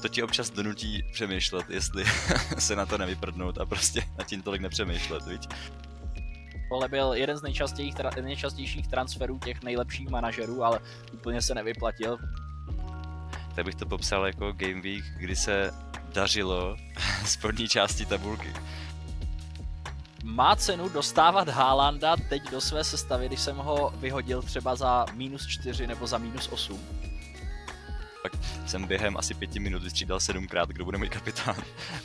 To ti občas donutí přemýšlet, jestli se na to nevyprdnout a prostě nad tím tolik nepřemýšlet, viď? Tohle byl jeden z nejčastějších transferů těch nejlepších manažerů, ale úplně se nevyplatil. Tak bych to popsal jako Game Week, kdy se dařilo spodní části tabulky. Má cenu dostávat Haalanda teď do své sestavy, když jsem ho vyhodil třeba za -4 nebo za -8? Pak jsem během asi 5 minut vystřídal 7krát, kdo bude můj kapitán.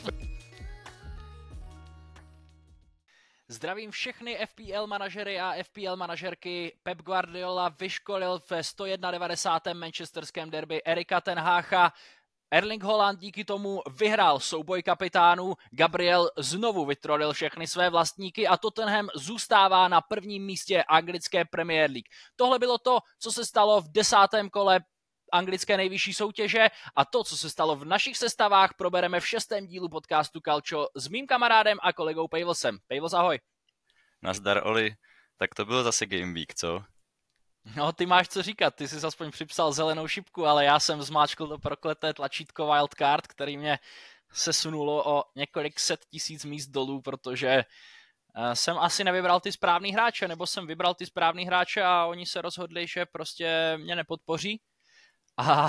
Zdravím všechny FPL manažery a FPL manažerky. Pep Guardiola vyškolil ve 191. manchesterském derby Erika ten Haga. Erling Haaland díky tomu vyhrál souboj kapitánů, Gabriel znovu vytrolil všechny své vlastníky a Tottenham zůstává na prvním místě anglické Premier League. Tohle bylo to, co se stalo v 10. kole anglické nejvyšší soutěže a to, co se stalo v našich sestavách, probereme v 6. dílu podcastu Calcio s mým kamarádem a kolegou Pejvosem. Pejvos, ahoj. Nazdar, Oli. Tak to bylo zase Game Week, co? No, ty máš co říkat, ty jsi aspoň připsal zelenou šipku, ale já jsem zmáčkl to prokleté tlačítko Wildcard, který mě sesunulo o několik set tisíc míst dolů, protože jsem asi nevybral ty správný hráče, nebo jsem vybral ty správný hráče a oni se rozhodli, že prostě mě nepodpoří. A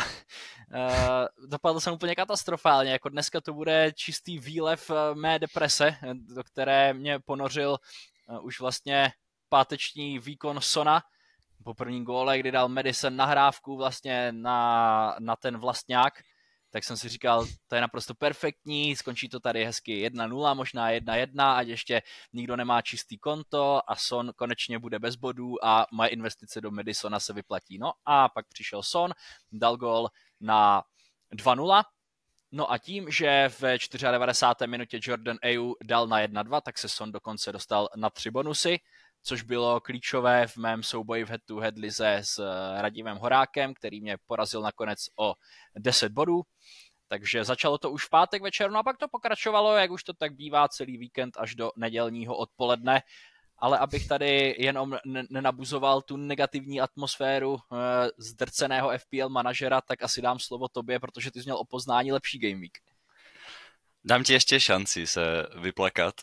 dopadl jsem úplně katastrofálně, jako dneska to bude čistý výlev mé deprese, do které mě ponořil už vlastně páteční výkon Sona po prvním góle, kdy dal Madison nahrávku vlastně na ten vlastňák, tak jsem si říkal, to je naprosto perfektní, skončí to tady hezky 1-0, možná 1-1, ať ještě nikdo nemá čistý konto a Son konečně bude bez bodů a moje investice do Madisona se vyplatí. No a pak přišel Son, dal gól na 2-0, no a tím, že v 94. minutě Jordan Ayew dal na 1-2, tak se Son dokonce dostal na 3 bonusy, což bylo klíčové v mém souboji v head-to-head lize s Radimem Horákem, který mě porazil nakonec o 10 bodů. Takže začalo to už v pátek večer, no a pak to pokračovalo, jak už to tak bývá, celý víkend až do nedělního odpoledne. Ale abych tady jenom nenabuzoval tu negativní atmosféru zdrceného FPL manažera, tak asi dám slovo tobě, protože ty jsi měl o poznání lepší Game Week. Dám ti ještě šanci se vyplakat,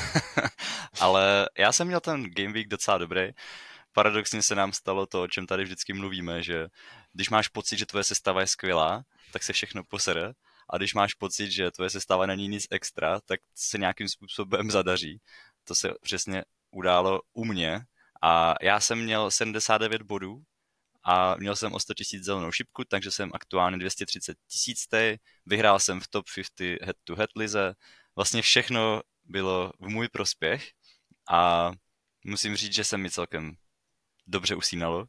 ale já jsem měl ten Game Week docela dobrý. Paradoxně se nám stalo to, o čem tady vždycky mluvíme, že když máš pocit, že tvoje sestava je skvělá, tak se všechno posere, a když máš pocit, že tvoje sestava není nic extra, tak se nějakým způsobem zadaří. To se přesně událo u mě a já jsem měl 79 bodů a měl jsem o 100 000 zelenou šipku, takže jsem aktuálně 230 000, vyhrál jsem v top 50 head-to-head lize, vlastně všechno bylo v můj prospěch a musím říct, že se mi celkem dobře usínalo.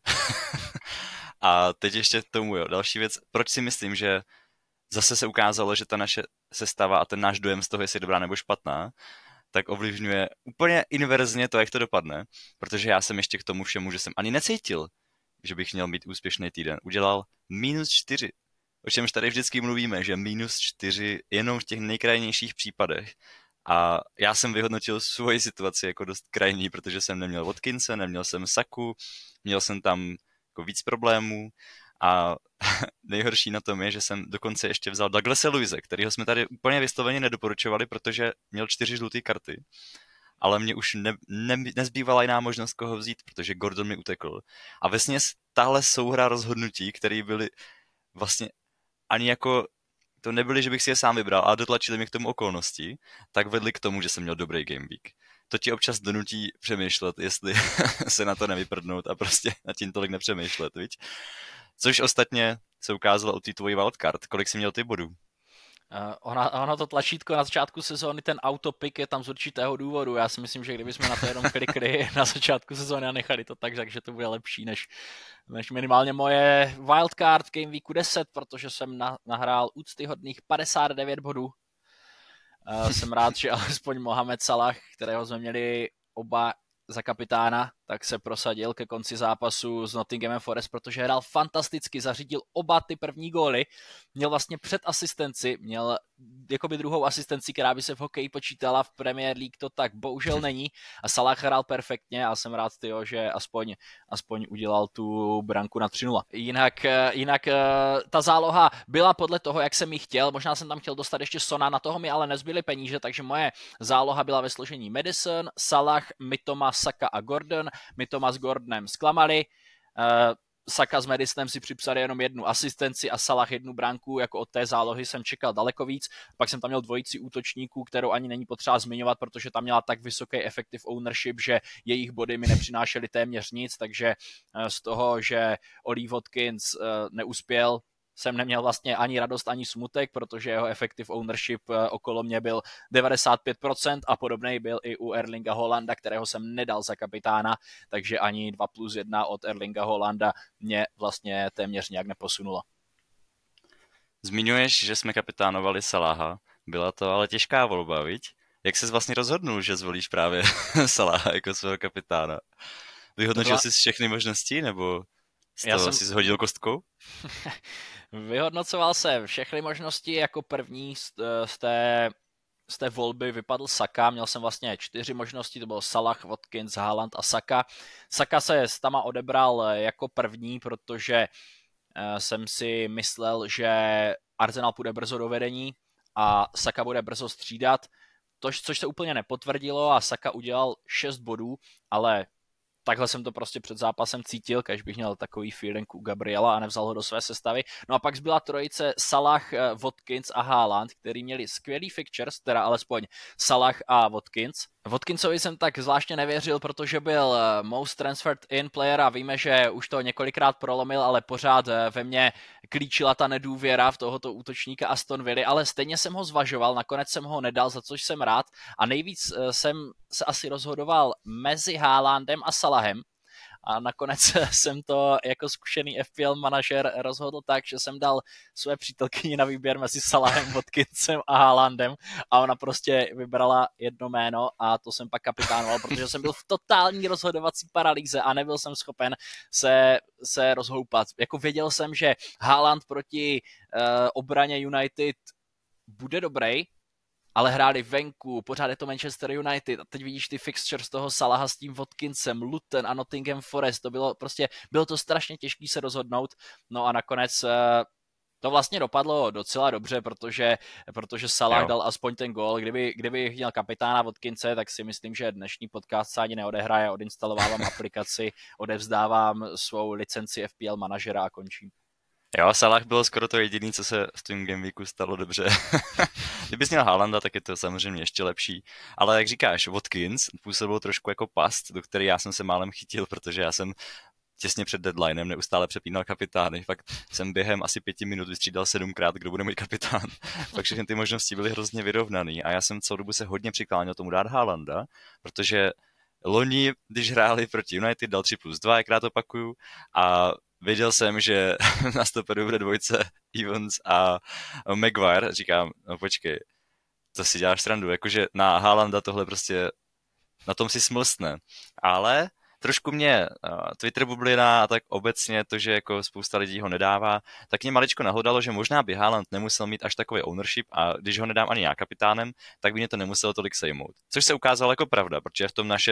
A teď ještě tomu, další věc, proč si myslím, že zase se ukázalo, že ta naše sestava a ten náš dojem z toho, jestli je dobrá nebo špatná, tak ovlivňuje úplně inverzně to, jak to dopadne, protože já jsem ještě k tomu všemu, že jsem ani necítil, že bych měl mít úspěšný týden, udělal -4. O čemž tady vždycky mluvíme, že -4 jenom v těch nejkrajnějších případech. A já jsem vyhodnotil svoji situaci jako dost krajní, protože jsem neměl Watkinse, neměl jsem Saku, měl jsem tam jako víc problémů a nejhorší na tom je, že jsem dokonce ještě vzal Douglase Luise, kterýho jsme tady úplně vysloveně nedoporučovali, protože měl 4 žluté karty. Ale mě už nezbývala jiná možnost, koho vzít, protože Gordon mi utekl. A vesměs tahle souhra rozhodnutí, které byly vlastně ani jako, to nebyly, že bych si je sám vybral, a dotlačili mi k tomu okolnosti, tak vedli k tomu, že jsem měl dobrý Game Week. To ti občas donutí přemýšlet, jestli se na to nevyprdnout a prostě nad tím tolik nepřemýšlet, viď? Což ostatně se ukázalo u té tvojí wildcard. Kolik jsi měl ty bodů? Ono to tlačítko na začátku sezóny, ten autopick je tam z určitého důvodu. Já si myslím, že kdybychom na to jenom klikli na začátku sezóny a nechali to tak, takže to bude lepší než minimálně moje wildcard Game Weeku 10, protože jsem nahrál úctyhodných 59 bodů. Jsem rád, že alespoň Mohamed Salah, kterého jsme měli oba za kapitána, tak se prosadil ke konci zápasu s Nottinghamem Forest, protože hrál fantasticky, zařídil oba ty první góly, měl vlastně před asistenci, měl jakoby druhou asistenci, která by se v hokeji počítala, v Premier League to tak bohužel není a Salah hrál perfektně a jsem rád, tyjo, že aspoň udělal tu branku na 3-0. Jinak ta záloha byla podle toho, jak jsem ji chtěl, možná jsem tam chtěl dostat ještě Sona, na toho mi ale nezbyly peníze, takže moje záloha byla ve složení Madison, Salah, Mitoma, Saka a Gordon. Mitoma s Gordonem zklamali, Saka s Madisonem si připsali jenom jednu asistenci a Salah jednu branku, jako od té zálohy jsem čekal daleko víc. Pak jsem tam měl dvojici útočníků, kterou ani není potřeba zmiňovat, protože tam měla tak vysoký effective ownership, že jejich body mi nepřinášely téměř nic, takže z toho, že Ollie Watkins neuspěl, jsem neměl vlastně ani radost, ani smutek, protože jeho effective ownership okolo mě byl 95% a podobnej byl i u Erlinga Haalanda, kterého jsem nedal za kapitána, takže ani 2+1 od Erlinga Haalanda mě vlastně téměř nějak neposunulo. Zmiňuješ, že jsme kapitánovali Salaha, byla to ale těžká volba, viď? Jak ses vlastně rozhodnul, že zvolíš právě Salaha jako svého kapitána? Vyhodnotil jsi všechny možnosti, nebo si zhodil kostkou? Vyhodnocoval jsem všechny možnosti, jako první z té volby vypadl Saka, měl jsem vlastně 4 možnosti, to bylo Salah, Watkins, Haaland a Saka. Saka se s tama odebral jako první, protože jsem si myslel, že Arsenal půjde brzo do vedení a Saka bude brzo střídat, což se úplně nepotvrdilo a Saka udělal 6 bodů, ale takhle jsem to prostě před zápasem cítil, když bych měl takový feeling u Gabriela a nevzal ho do své sestavy. No a pak zbyla trojice Salah, Watkins a Haaland, který měli skvělý fixtures, teda alespoň Salah a Watkins. Watkinsovi jsem tak zvláštně nevěřil, protože byl most transferred in player a víme, že už to několikrát prolomil, ale pořád ve mně klíčila ta nedůvěra v tohoto útočníka Aston Villa, ale stejně jsem ho zvažoval, nakonec jsem ho nedal, za což jsem rád a nejvíc jsem se asi rozhodoval mezi Haalandem a Salahem a nakonec jsem to jako zkušený FPL manažer rozhodl tak, že jsem dal své přítelkyni na výběr mezi Salahem, Watkinsem a Haalandem a ona prostě vybrala jedno jméno a to jsem pak kapitánoval, protože jsem byl v totální rozhodovací paralýze a nebyl jsem schopen se rozhoupat. Jako věděl jsem, že Haaland proti obraně United bude dobrý, ale hráli venku, pořád je to Manchester United a teď vidíš ty fixtures toho Salaha s tím Watkinsem, Luton a Nottingham Forest, bylo to strašně těžké se rozhodnout, no a nakonec to vlastně dopadlo docela dobře, protože Salah dal aspoň ten gól. Kdyby měl kapitána Watkinse, tak si myslím, že dnešní podcast se ani neodehraje, odinstalovávám aplikaci, odevzdávám svou licenci FPL manažera a končím. Jo, Salah bylo skoro to jediný, co se v tom gameweeku stalo dobře. Kdybys měl Haalanda, tak je to samozřejmě ještě lepší. Ale jak říkáš, Watkins působil trošku jako past, do které já jsem se málem chytil, protože já jsem těsně před deadlinem neustále přepínal kapitány. Fakt jsem během asi 5 minut vystřídal 7krát, kdo bude můj kapitán. Pak všechny ty možnosti byly hrozně vyrovnaný a já jsem celou dobu se hodně přikláněl tomu dát Haalanda, protože loni, když hráli proti United, dal 3+2, jakrát opakuju, a věděl jsem, že na stoperu bude dvojce Evans a Maguire. Říkám, no počkej, to si děláš srandu, jakože na Haalanda tohle prostě, na tom si smlstne. Ale trošku mě Twitter bublina a tak obecně to, že jako spousta lidí ho nedává, tak mě maličko nahlodalo, že možná by Haaland nemusel mít až takový ownership a když ho nedám ani já kapitánem, tak by mě to nemuselo tolik sejmout. Což se ukázalo jako pravda, protože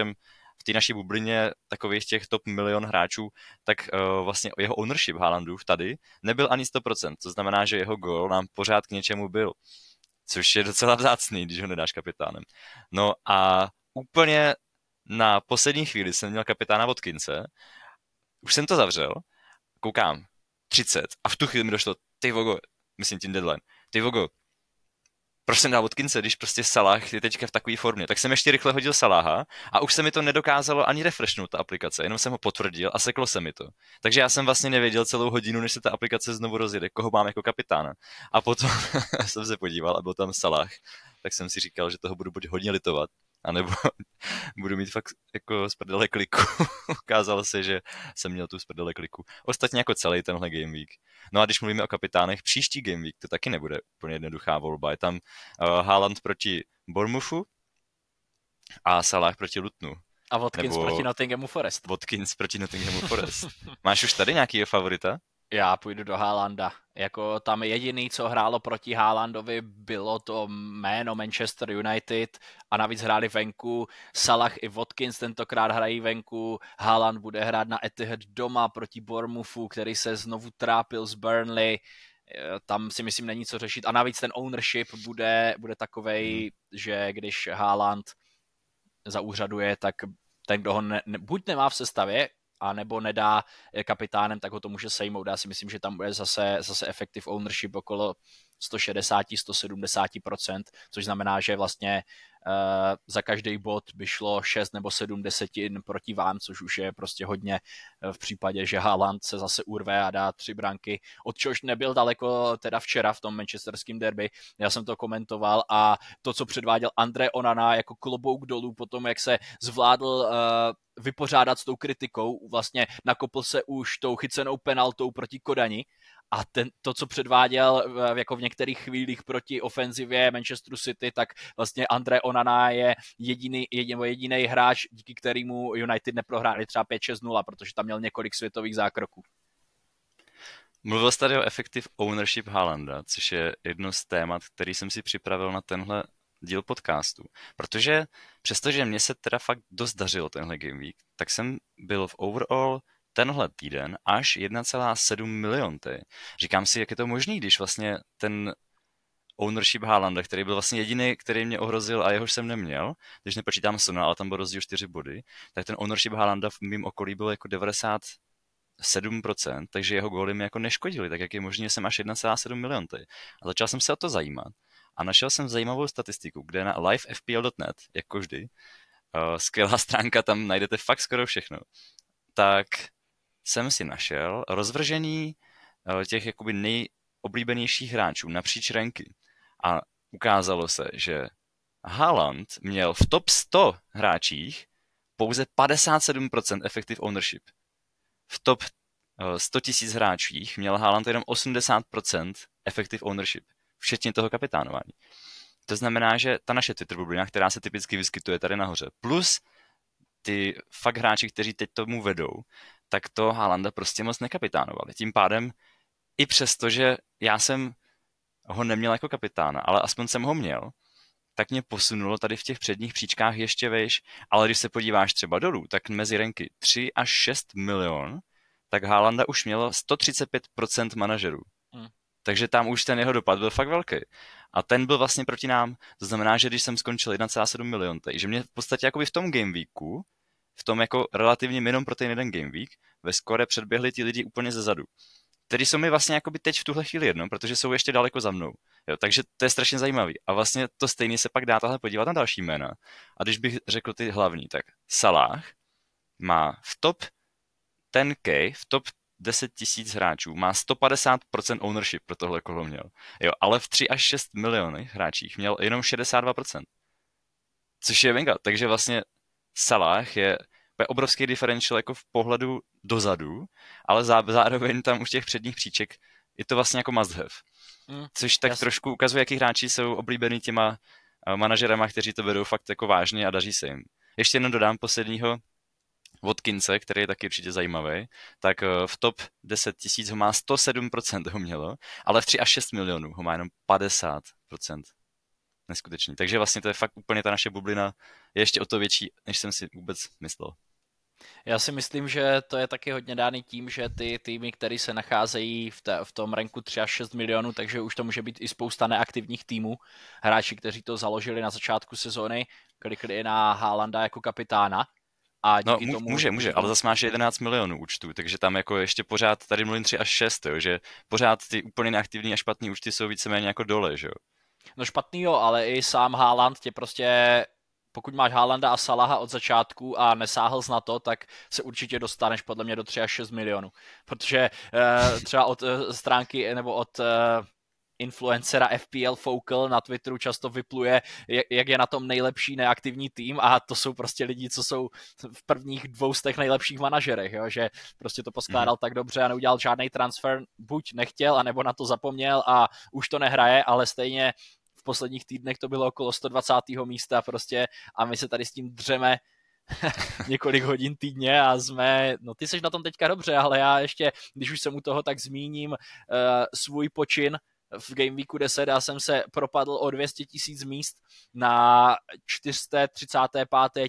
v té naší bublině takových těch top milion hráčů, tak vlastně jeho ownership Haalandův tady nebyl ani 100%. To znamená, že jeho gól nám pořád k něčemu byl. Což je docela vzácný, když ho nedáš kapitánem. No a úplně na poslední chvíli jsem měl kapitána Watkinse, už jsem to zavřel, koukám, 30 a v tu chvíli mi došlo, ty vogo, myslím tím deadline, ty vogo, proč jsem dal Watkinse, když prostě Salah je teďka v takové formě. Tak jsem ještě rychle hodil Salaha a už se mi to nedokázalo ani refreshnout ta aplikace, jenom jsem ho potvrdil a seklo se mi to. Takže já jsem vlastně nevěděl celou hodinu, než se ta aplikace znovu rozjede, koho mám jako kapitána. A potom jsem se podíval a byl tam Salah, tak jsem si říkal, že toho budu buď hodně litovat, anebo budu mít fakt jako z prdele kliku. Ukázalo se, že jsem měl tu z prdele kliku. Ostatně jako celý tenhle Game Week. No a když mluvíme o kapitánech, příští Game Week to taky nebude úplně jednoduchá volba. Je tam Haaland proti Bournemouthu a Salah proti Lutonu. A Watkins Nebo proti Nottinghamu Forest. Watkins proti Nottinghamu Forest. Máš už tady nějakýho favorita? Já půjdu do Haalanda. Jako tam jediný, co hrálo proti Haalandovi, bylo to jméno Manchester United a navíc hráli venku. Salah i Watkins tentokrát hrají venku. Haaland bude hrát na Etihad doma proti Bournemouthu, který se znovu trápil z Burnley. Tam si myslím není co řešit. A navíc ten ownership bude takovej, že když Haaland zaúřaduje, tak ten, kdo ho buď nemá v sestavě, a nebo nedá kapitánem, tak ho to může sejmout. Já si myslím, že tam bude zase effective ownership okolo 160-170%, což znamená, že vlastně za každý bod by šlo 6 nebo 7 desetin proti vám, což už je prostě hodně v případě, že Haaland se zase urve a dá 3 branky, od čehož nebyl daleko teda včera v tom manchesterském derby. Já jsem to komentoval a to, co předváděl André Onana jako klobouk dolů po tom, jak se zvládl vypořádat s tou kritikou, vlastně nakopl se už tou chycenou penaltou proti Kodani a to, co předváděl jako v některých chvílích proti ofenzivě Manchesteru City, tak vlastně André Onana je jediný hráč, díky kterému United neprohráli třeba 5-6-0, protože tam měl několik světových zákroků. Mluvil jsi tady o effective ownership Haalanda, což je jedno z témat, který jsem si připravil na tenhle díl podcastu. Protože přestože mně se teda fakt dost dařilo tenhle Game Week, tak jsem byl v overall tenhle týden až 1,7 milionty. Říkám si, jak je to možný, když vlastně ten ownership Haalanda, který byl vlastně jediný, který mě ohrozil a jehož jsem neměl, když nepočítám Sona, ale tam byl rozdíl 4 body, tak ten ownership Haalanda v mým okolí byl jako 97%, takže jeho góly mi jako neškodili, tak jak je možné, že jsem až 1,7 milionty. A začal jsem se o to zajímat. A našel jsem zajímavou statistiku, kde na livefpl.net, jako vždy, skvělá stránka, tam najdete fakt skoro všechno, tak jsem si našel rozvržení těch jakoby nejoblíbenějších hráčů napříč ranky. A ukázalo se, že Haaland měl v top 100 hráčích pouze 57% effective ownership. V top 100 000 hráčích měl Haaland jenom 80% effective ownership, včetně toho kapitánování. To znamená, že ta naše Twitter bublina, která se typicky vyskytuje tady nahoře, plus ty fakt hráči, kteří teď tomu vedou, tak to Haalanda prostě moc nekapitánovali. Tím pádem i přesto, že já jsem ho neměl jako kapitána, ale aspoň jsem ho měl, tak mě posunulo tady v těch předních příčkách ještě vejš, ale když se podíváš třeba dolů, tak mezi ranky 3 až 6 milion, tak Haalanda už mělo 135% manažerů. Takže tam už ten jeho dopad byl fakt velký. A ten byl vlastně proti nám. To znamená, že když jsem skončil 1,7 milion, že mě v podstatě jakoby v tom game weeku, v tom jako relativně jenom pro ten jeden game week, ve skore předběhli ti lidi úplně ze zadu. Tedy jsou mi vlastně jakoby teď v tuhle chvíli jedno, protože jsou ještě daleko za mnou. Jo, takže to je strašně zajímavý. A vlastně to stejně se pak dá tahle podívat na další jména. A když bych řekl ty hlavní, tak Salah má v top 10K, v top 10 000 hráčů, má 150% ownership pro tohle kolo měl. Jo, ale v 3 až 6 milionech hráčích měl jenom 62%. Což je venga. Takže vlastně Salah je obrovský differential jako v pohledu dozadu, ale zároveň tam už těch předních příček je to vlastně jako must have. Což tak trošku ukazuje, jaký hráči jsou oblíbený těma manažerama, kteří to berou fakt jako vážně a daří se jim. Ještě jenom dodám posledního Watkinse, který je taky určitě zajímavý, tak v top 10 000 ho má 107% ho mělo, ale v 3 až 6 milionů ho má jenom 50%. Neskutečný. Takže vlastně to je fakt úplně ta naše bublina je ještě o to větší, než jsem si vůbec myslel. Já si myslím, že to je taky hodně dáný tím, že ty týmy, které se nacházejí v tom ranku 3 až 6 milionů, takže už to může být i spousta neaktivních týmů. Hráči, kteří to založili na začátku sezóny, klikli na Haalanda jako kapitána. A no, může, ale zase máš 11 milionů účtů, takže tam jako ještě pořád, tady mluvím 3 až 6, jo, že pořád ty úplně neaktivní a špatný účty jsou víceméně jako dole, že jo. No špatný jo, ale i sám Haaland tě prostě, pokud máš Haalanda a Salaha od začátku a nesáhl na to, tak se určitě dostaneš podle mě do 3 až 6 milionů. Protože třeba od stránky nebo od influencera FPL Focal na Twitteru často vypluje, jak je na tom nejlepší neaktivní tým a to jsou prostě lidi, co jsou v prvních 200 nejlepších manažerech, jo? Že prostě to poskládal tak dobře a neudělal žádný transfer, buď nechtěl, anebo na to zapomněl a už to nehraje, ale stejně v posledních týdnech to bylo okolo 120. místa prostě a my se tady s tím dřeme několik hodin týdně a no ty seš na tom teďka dobře, ale já ještě, když už jsem u toho, tak zmíním svůj počin v Game Weeku 10, já jsem se propadl o 200 000 míst na 435.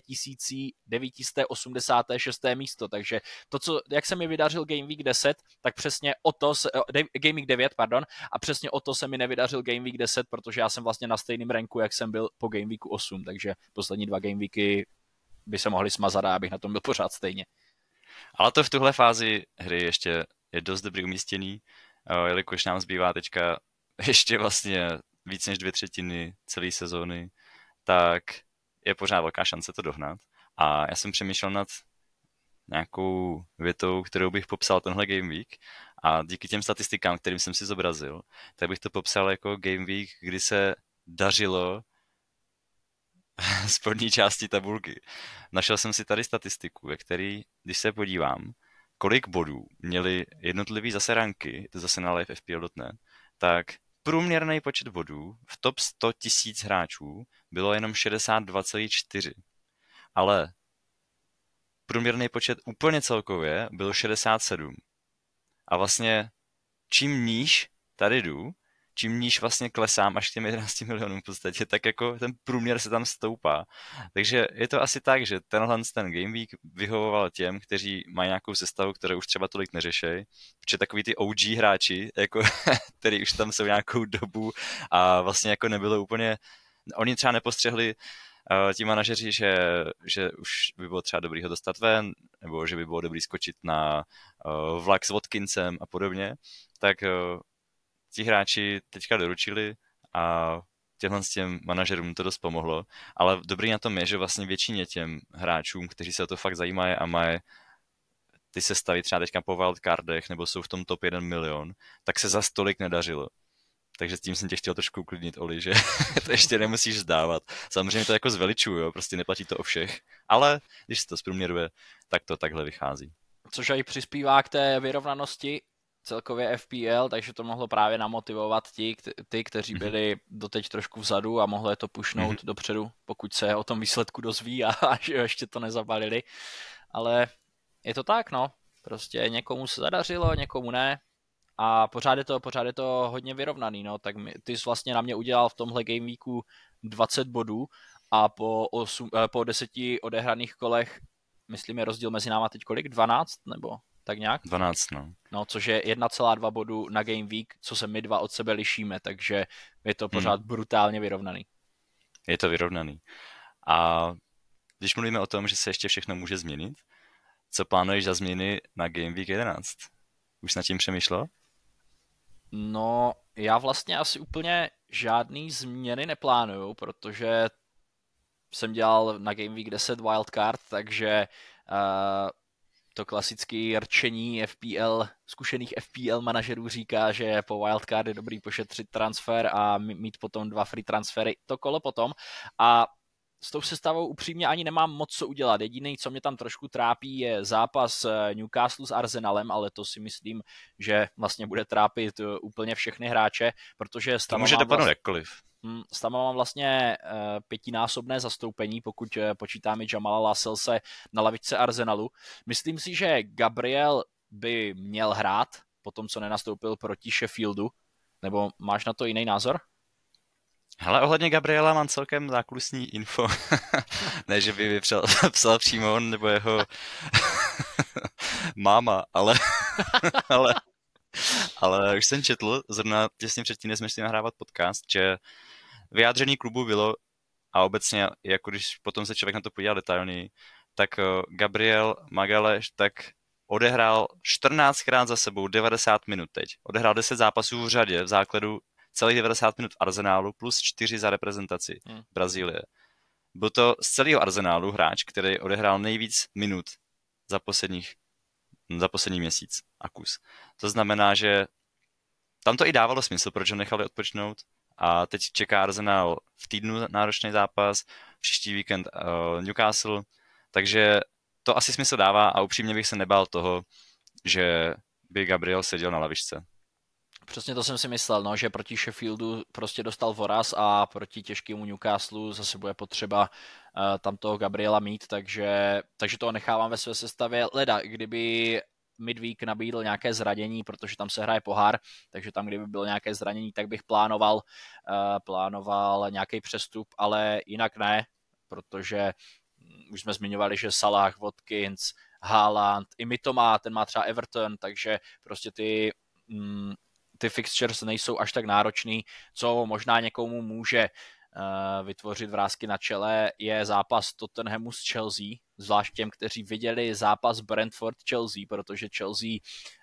986. místo, takže to, jak se mi vydařil Game Week 10, tak přesně o to, Game Week 9, pardon, a přesně o to se mi nevydařil Game Week 10, protože já jsem vlastně na stejném ranku, jak jsem byl po Game Weeku 8, takže poslední 2 Game Weeky by se mohli smazat a abych na tom byl pořád stejně. Ale to v tuhle fázi hry ještě je dost dobrý umístění, jelikož nám zbývá teďka ještě vlastně víc než 2/3 celé sezóny, tak je pořád velká šance to dohnat. A já jsem přemýšlel nad nějakou větou, kterou bych popsal tenhle Game Week a díky těm statistikám, kterým jsem si zobrazil, tak bych to popsal jako Game Week, kdy se dařilo spodní části tabulky. Našel jsem si tady statistiku, ve který, když se podívám, kolik bodů měli jednotlivý zase ranky, to zase na livefpl.net, tak průměrný počet bodů v top 100 000 hráčů bylo jenom 62,4. Ale průměrný počet úplně celkově byl 67. A vlastně čím níž tady jdu, čím níž vlastně klesám až k těm 11 milionům v podstatě, tak jako ten průměr se tam stoupá. Takže je to asi tak, že ten Game Week vyhovoval těm, kteří mají nějakou sestavu, kterou už třeba tolik neřešej, protože takový ty OG hráči, jako, který už tam jsou nějakou dobu a vlastně jako nebylo úplně, oni třeba nepostřehli ti manažeři, že už by bylo třeba dobrý ho dostat ven, nebo že by bylo dobrý skočit na vlak s Watkinsem a podobně, tak ti hráči teďka doručili a těm manažerům to dost pomohlo, ale dobrý na tom je, že vlastně většině těm hráčům, kteří se o to fakt zajímají a mají ty sestavy třeba teďka po wildcardech nebo jsou v tom top 1 milion, tak se za tolik nedařilo. Takže s tím jsem tě chtěl trošku uklidnit, Oli, že to ještě nemusíš vzdávat. Samozřejmě to jako zveličuju, jo, prostě neplatí to o všech, ale když se to zprůměruje, tak to takhle vychází. Což i přispívá k té vyrovnanosti celkově FPL, takže to mohlo právě namotivovat ty, kteří byli doteď trošku vzadu a mohlo je to pušnout dopředu, pokud se o tom výsledku dozví a že ještě to nezabalili. Ale je to tak, no. Prostě někomu se zadařilo, někomu ne. A pořád je to hodně vyrovnaný, no. Tak ty jsi vlastně na mě udělal v tomhle Game Weeku 20 bodů a po 10 odehraných kolech, myslím, je rozdíl mezi náma teď kolik? 12 nebo tak nějak? 12, no. No, což je 1,2 bodu na Game Week, co se my dva od sebe lišíme, takže je to pořád brutálně vyrovnaný. Je to vyrovnaný. A když mluvíme o tom, že se ještě všechno může změnit, co plánuješ za změny na Game Week 11? Už nad tím přemýšlel? No, já vlastně asi úplně žádný změny neplánuju, protože jsem dělal na Game Week 10 wildcard, takže to klasické rčení zkušených FPL manažerů říká, že po wildcard je dobrý pošetřit transfer a mít potom 2 free transfery to kolo potom. A s tou sestavou upřímně ani nemám moc co udělat. Jediný, co mě tam trošku trápí, je zápas Newcastle s Arsenalem, ale to si myslím, že vlastně bude trápit úplně všechny hráče, protože to může dopadnout jakkoliv. Tam mám vlastně 5násobné zastoupení, pokud počítáme Jamala Lascellese na lavičce Arsenalu. Myslím si, že Gabriel by měl hrát po tom, co nenastoupil proti Sheffieldu, nebo máš na to jiný názor? Hele, ohledně Gabriela mám celkem zákulisní info. Ne, že by psal přímo on nebo jeho máma, ale už jsem četl, zrovna těsně předtím, než jsme šli nahrávat podcast, že vyjádření klubu bylo, a obecně, jako když potom se člověk na to podívá detailněji, tak Gabriel Magalhaes tak odehrál 14krát za sebou 90 minut teď. Odehrál 10 zápasů v řadě v základu celých 90 minut v Arsenálu plus 4 za reprezentaci Brazílie. Byl to z celého Arsenálu hráč, který odehrál nejvíc minut za poslední měsíc a kus. To znamená, že tam to i dávalo smysl, proč ho nechali odpočnout a teď čeká Arsenal v týdnu náročný zápas, příští víkend Newcastle, takže to asi smysl dává a upřímně bych se nebál toho, že by Gabriel seděl na lavičce. Přesně to jsem si myslel, no, že proti Sheffieldu prostě dostal voraz a proti těžkému Newcastle zase bude potřeba tam toho Gabriela mít, takže toho nechávám ve své sestavě. Leda, kdyby midweek nabídl nějaké zranění, protože tam se hraje pohár, takže tam, kdyby bylo nějaké zranění, tak bych plánoval nějaký přestup, ale jinak ne, protože už jsme zmiňovali, že Salah, Watkins, Haaland, i Mitoma, ten má třeba Everton, takže prostě ty fixtures nejsou až tak náročný, co možná někomu může vytvořit vrásky na čele, je zápas Tottenhamu s Chelsea, zvlášť těm, kteří viděli zápas Brentford-Chelsea, protože Chelsea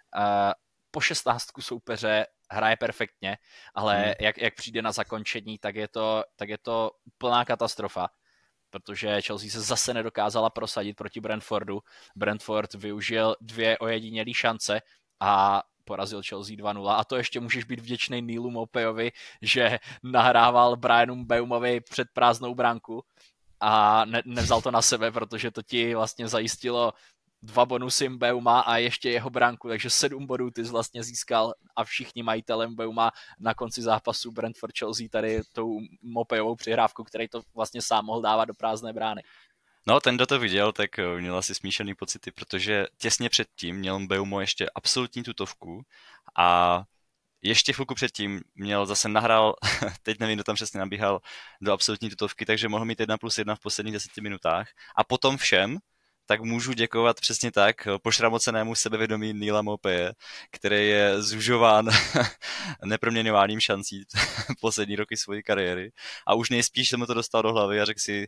po 16 soupeře hraje perfektně, ale jak přijde na zakončení, tak je to úplná katastrofa, protože Chelsea se zase nedokázala prosadit proti Brentfordu. Brentford využil 2 ojedinělé šance a porazil Chelsea 2-0 a to ještě můžeš být vděčný Nealu Maupayovvi, že nahrával Brianu Mbeumovi před prázdnou branku a nevzal to na sebe, protože to ti vlastně zajistilo 2 bonusy Mbeuma a ještě jeho branku, takže 7 bodů ty jsi vlastně získal a všichni majitelé Mbeuma na konci zápasu Brentford Chelsea tady tou Maupayovou přihrávku, který to vlastně sám mohl dávat do prázdné brány. No, ten, kdo to viděl, tak měl asi smíšený pocity, protože těsně předtím měl Mbeumo ještě absolutní tutovku a ještě chvilku předtím nahrál, teď nevím, kdo tam přesně nabíhal do absolutní tutovky, takže mohl mít 1+1 v posledních 10 minutách. A potom všem, tak můžu děkovat přesně tak pošramocenému sebevědomí Neala Maupaye, který je zužován neproměňováním šancí poslední roky své kariéry. A už nejspíš se mu to dostal do hlavy a řekl si,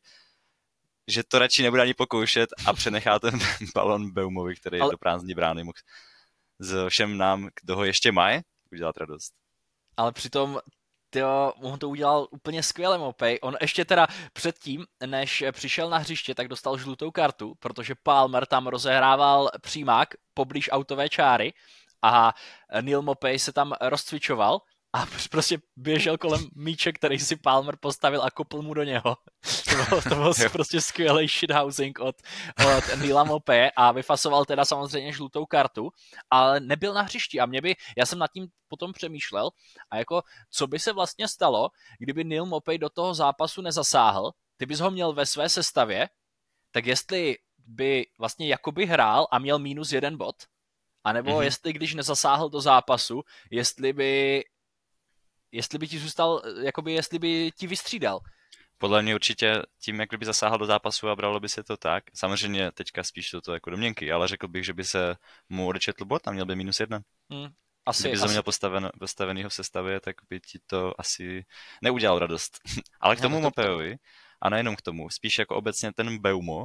že to radši nebude ani pokoušet a přenechá ten balon Beumovi, který do prázdné brány mohl všem nám, kdo ho ještě mají, udělat radost. Ale přitom on to udělal úplně skvěle, Maupay. On ještě teda předtím, než přišel na hřiště, tak dostal žlutou kartu, protože Palmer tam rozehrával přímák poblíž autové čáry a Neal Maupay se tam rozcvičoval a prostě běžel kolem míče, který si Palmer postavil a kopl mu do něho. To byl prostě skvělý shithousing od Neala Maupaye a vyfasoval teda samozřejmě žlutou kartu, ale nebyl na hřišti a já jsem nad tím potom přemýšlel a jako, co by se vlastně stalo, kdyby Neal Maupay do toho zápasu nezasáhl, ty bys ho měl ve své sestavě, tak jestli by vlastně jakoby hrál a měl -1 bod, anebo jestli když nezasáhl do zápasu, jestli by ti zůstal, jakoby jestli by ti vystřídal. Podle mě určitě tím, jak kdyby zasáhl do zápasu a bralo by se to tak. Samozřejmě teďka spíš to jako domněnky, ale řekl bych, že by se mu odečetl bod a měl by -1. Kdyby to měl postavenýho v sestavě, tak by ti to asi neudělal radost. Ale k tomu Maupayovi, a nejenom k tomu, spíš jako obecně ten Mbeumo,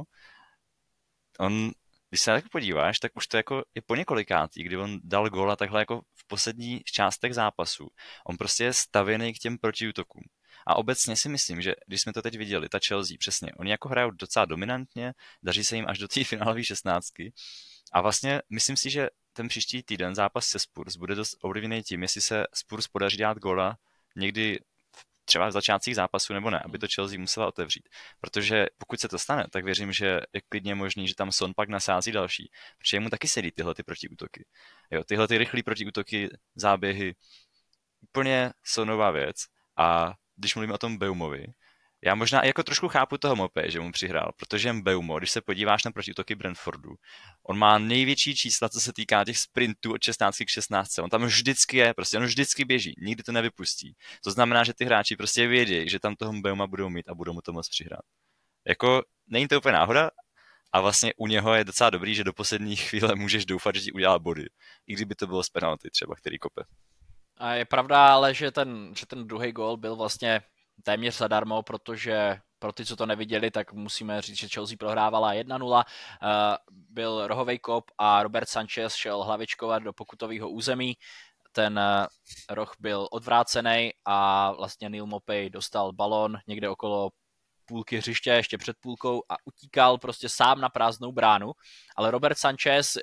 když se tak podíváš, tak už to jako je po několikátý, kdy on dal góla takhle jako v posledních částech zápasu. On prostě je stavěný k těm protiútokům. A obecně si myslím, že když jsme to teď viděli, ta Chelsea, přesně, oni jako hrajou docela dominantně, daří se jim až do té finálové 16. A vlastně myslím si, že ten příští týden zápas se Spurs bude dost ovlivněný tím, jestli se Spurs podaří dát góla někdy třeba v začátcích zápasu nebo ne, aby to Chelsea musela otevřít. Protože pokud se to stane, tak věřím, že je klidně možný, že tam Son pak nasází další, protože mu taky sedí tyhle ty protiútoky. Jo, tyhle ty rychlý protiútoky, záběhy, úplně Sonová věc. A když mluvím o tom Beumovi, já možná jako trošku chápu toho Maupaye, že mu přihrál, protože Mbeumo, když se podíváš na protiútoky Brentfordu, on má největší čísla, co se týká těch sprintů od 16 k 16. On tam vždycky je, prostě on vždycky běží, nikdy to nevypustí. To znamená, že ty hráči prostě vědí, že tam toho Mbeuma budou mít a budou mu to moc přihrát. Jako není to úplně náhoda a vlastně u něho je docela dobrý, že do poslední chvíle můžeš doufat, že ti udělá body. I kdyby to bylo z penalty třeba, který kope. A je pravda, ale že ten druhý gól byl vlastně téměř zadarmo, protože pro ty, co to neviděli, tak musíme říct, že Chelsea prohrávala 1-0. Byl rohovej kop a Robert Sanchez šel hlavičkovat do pokutového území. Ten roh byl odvrácený a vlastně Neal Maupay dostal balon někde okolo půlky hřiště, ještě před půlkou a utíkal prostě sám na prázdnou bránu. Ale Robert Sanchez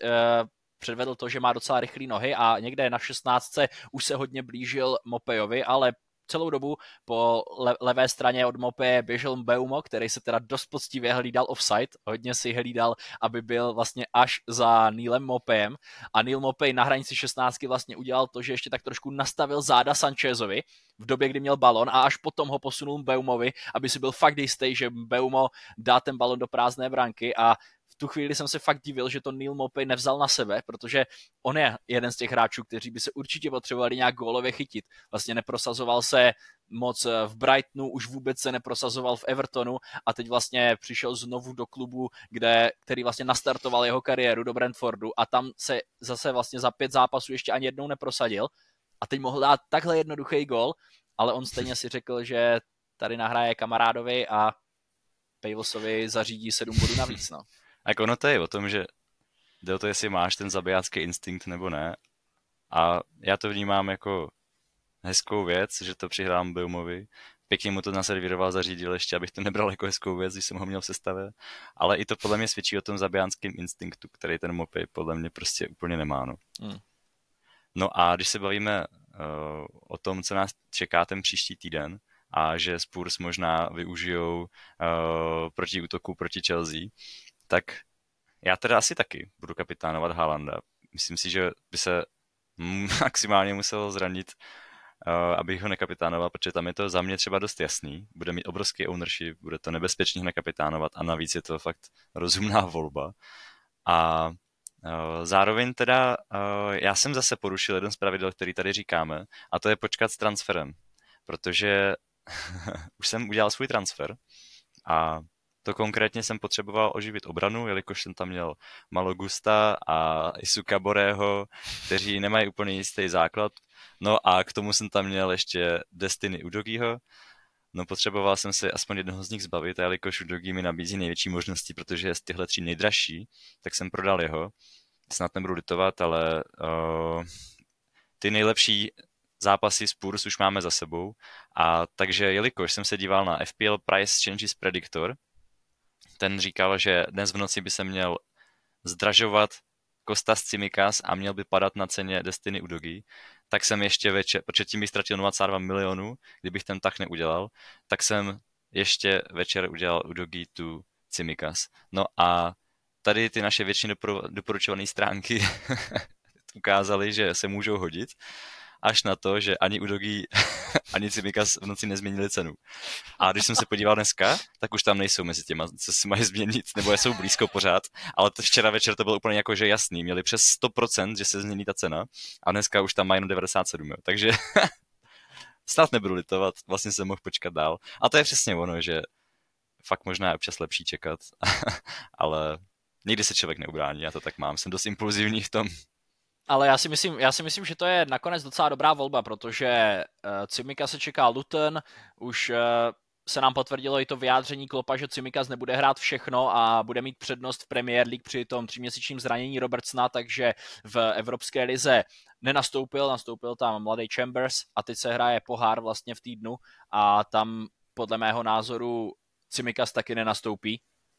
předvedl to, že má docela rychlé nohy a někde na 16 už se hodně blížil Maupayovi, ale celou dobu po levé straně od Mopé běžel Mbeumo, který se teda dost poctivě hlídal offside, hodně si hlídal, aby byl vlastně až za Neilem Mopém a Neil Mopé na hranici 16 vlastně udělal to, že ještě tak trošku nastavil záda Sanchezovi v době, kdy měl balon a až potom ho posunul Mbeumovi, aby si byl fakt jistý, že Mbeumo dá ten balon do prázdné branky a v tu chvíli jsem se fakt divil, že to Neil Mopé nevzal na sebe, protože on je jeden z těch hráčů, kteří by se určitě potřebovali nějak gólově chytit. Vlastně neprosazoval se moc v Brightonu, už vůbec se neprosazoval v Evertonu a teď vlastně přišel znovu do klubu, který vlastně nastartoval jeho kariéru do Brentfordu a tam se zase vlastně za 5 zápasů ještě ani jednou neprosadil a teď mohl dát takhle jednoduchý gól, ale on stejně si řekl, že tady nahraje kamarádovi a Pavlosovi zařídí 7 bodů navíc. No. Tak ono to je o tom, že jde o to, jestli máš ten zabijácký instinkt nebo ne. A já to vnímám jako hezkou věc, že to přihrám Beumovi. Pěkně mu to naservíroval, zařídil ještě, abych to nebral jako hezkou věc, když jsem ho měl v sestavě. Ale i to podle mě svědčí o tom zabijánském instinktu, který ten Mopé podle mě prostě úplně nemá. No, no a když se bavíme o tom, co nás čeká ten příští týden, a že Spurs možná využijou proti útoku proti Chelsea, tak já teda asi taky budu kapitánovat Haalanda. Myslím si, že by se maximálně musel zranit, abych ho nekapitánoval, protože tam je to za mě třeba dost jasný. Bude mít obrovský ownership, bude to nebezpečný ho nekapitánovat a navíc je to fakt rozumná volba. A zároveň teda já jsem zase porušil jeden z pravidel, který tady říkáme, a to je počkat s transferem, protože už jsem udělal svůj transfer a to konkrétně jsem potřeboval oživit obranu, jelikož jsem tam měl Malogusta a Isuka Borého, kteří nemají úplně jistý základ. No a k tomu jsem tam měl ještě Destiny Udogiho. No potřeboval jsem se aspoň jednoho z nich zbavit, a jelikož Udogi mi nabízí největší možnosti, protože je z těchto 3 nejdražší, tak jsem prodal jeho. Snad nebudu litovat, ale ty nejlepší zápasy Spurs už máme za sebou. A takže jelikož jsem se díval na FPL Price Changes Predictor, ten říkal, že dnes v noci by se měl zdražovat Kostas Tsimikas a měl by padat na ceně Destiny Udogi, tak jsem ještě večer, protože tím bych ztratil 0,2 milionu, kdybych ten tah neudělal, tak jsem ještě večer udělal Udogi tu Tsimikas. No a tady ty naše většině doporučované stránky ukázaly, že se můžou hodit, až na to, že ani Udogi, ani Tsimikas v noci nezměnili cenu. A když jsem se podíval dneska, tak už tam nejsou mezi těma, co si mají změnit, nebo jsou blízko pořád, ale včera večer to bylo úplně jako, že jasný, měli přes 100%, že se změní ta cena a dneska už tam mají jenom 97, jo. Takže snad nebudu litovat, vlastně jsem mohl počkat dál. A to je přesně ono, že fakt možná je občas lepší čekat, ale nikdy se člověk neubrání, já to tak mám, jsem dost impulzivní v tom. Ale já si myslím, že to je nakonec docela dobrá volba, protože Tsimikas se čeká Luton, už se nám potvrdilo i to vyjádření Kloppa, že Tsimikas nebude hrát všechno a bude mít přednost v Premier League při tom 3měsíčním zranění Robertsona, takže v Evropské lize nastoupil tam mladý Chambers a teď se hraje pohár vlastně v týdnu a tam podle mého názoru Tsimikas taky nenastoupí.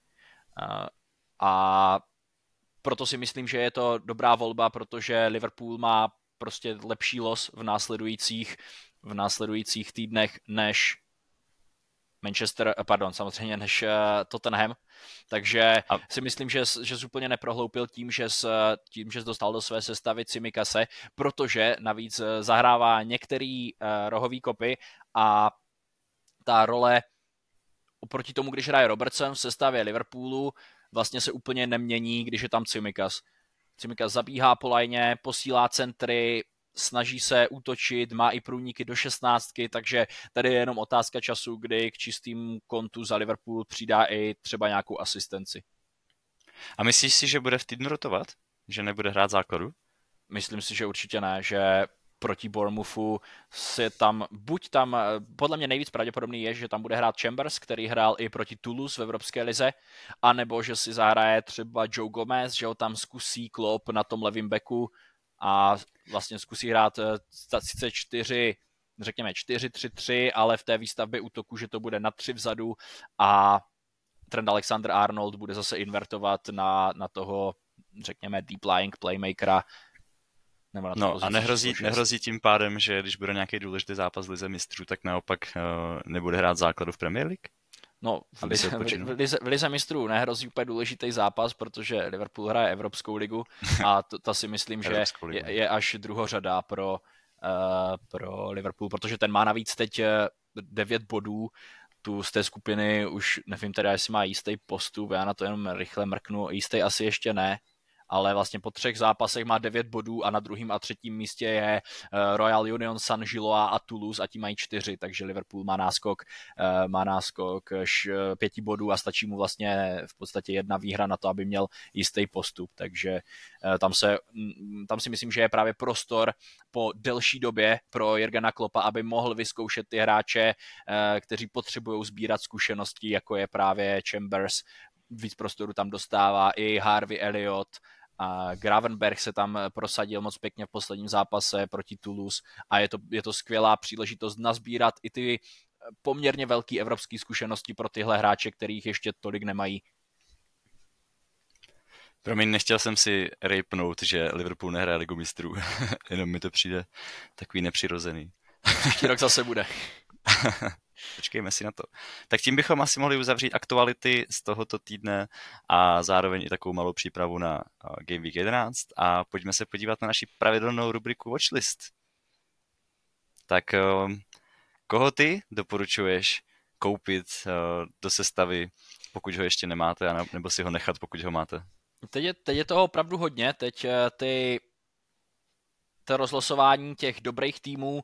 A proto si myslím, že je to dobrá volba, protože Liverpool má prostě lepší los v následujících týdnech než samozřejmě než Tottenham. Takže si myslím, že jsi úplně neprohloupil tím, že jsi dostal do své sestavy Tsimikase, protože navíc zahrává některý rohový kopy a ta role oproti tomu, když hraje Robertson v sestavě Liverpoolu, vlastně se úplně nemění, když je tam Tsimikas. Tsimikas zabíhá po lajně, posílá centry, snaží se útočit, má i průniky do 16, takže tady je jenom otázka času, kdy k čistým kontu za Liverpool přidá i třeba nějakou asistenci. A myslíš si, že bude v týdnu rotovat? Že nebude hrát základu? Myslím si, že určitě ne, že proti Bournemouthu podle mě nejvíc pravděpodobný je, že tam bude hrát Chambers, který hrál i proti Toulouse v Evropské lize, anebo že si zahraje třeba Joe Gomez, že ho tam zkusí Klopp na tom levým backu a vlastně zkusí hrát sice 4-3-3, ale v té výstavbě útoku, že to bude na 3 vzadu a Trent Alexander-Arnold bude zase invertovat na toho, řekněme, deep lying playmakera. Nebo na tu No pozici a číslo 6. nehrozí tím pádem, že když bude nějaký důležitý zápas v Lize mistrů, tak naopak nebude hrát základu v Premier League? No, v Lize mistrů nehrozí úplně důležitý zápas, protože Liverpool hraje Evropskou ligu a to si myslím, že je až druhořada pro Liverpool, protože ten má navíc teď 9 bodů, tu z té skupiny už nevím teda, jestli má jistý postup, já na to jenom rychle mrknu, jistý asi ještě ne, ale vlastně po 3 zápasech má 9 bodů a na druhém a třetím místě je Royal Union, Saint-Gilloise a Toulouse a ti mají 4, takže Liverpool má náskok 5 bodů a stačí mu vlastně v podstatě 1 výhra na to, aby měl jistý postup, takže tam si myslím, že je právě prostor po delší době pro Jurgena Kloppa, aby mohl vyzkoušet ty hráče, kteří potřebují sbírat zkušenosti, jako je právě Chambers, víc prostoru tam dostává i Harvey Elliott a Gravenberch se tam prosadil moc pěkně v posledním zápase proti Toulouse a je to skvělá příležitost nazbírat i ty poměrně velké evropské zkušenosti pro tyhle hráče, kterých ještě tolik nemají. Promiň, nechtěl jsem si rejpnout, že Liverpool nehraje Ligu mistrů, jenom mi to přijde takový nepřirozený. Příští rok zase bude. Počkejme si na to. Tak tím bychom asi mohli uzavřít aktuality z tohoto týdne a zároveň i takovou malou přípravu na Game Week 11 a pojďme se podívat na naši pravidelnou rubriku Watchlist. Tak koho ty doporučuješ koupit do sestavy, pokud ho ještě nemáte, nebo si ho nechat, pokud ho máte? Teď je toho opravdu hodně. Teď to rozlosování těch dobrých týmů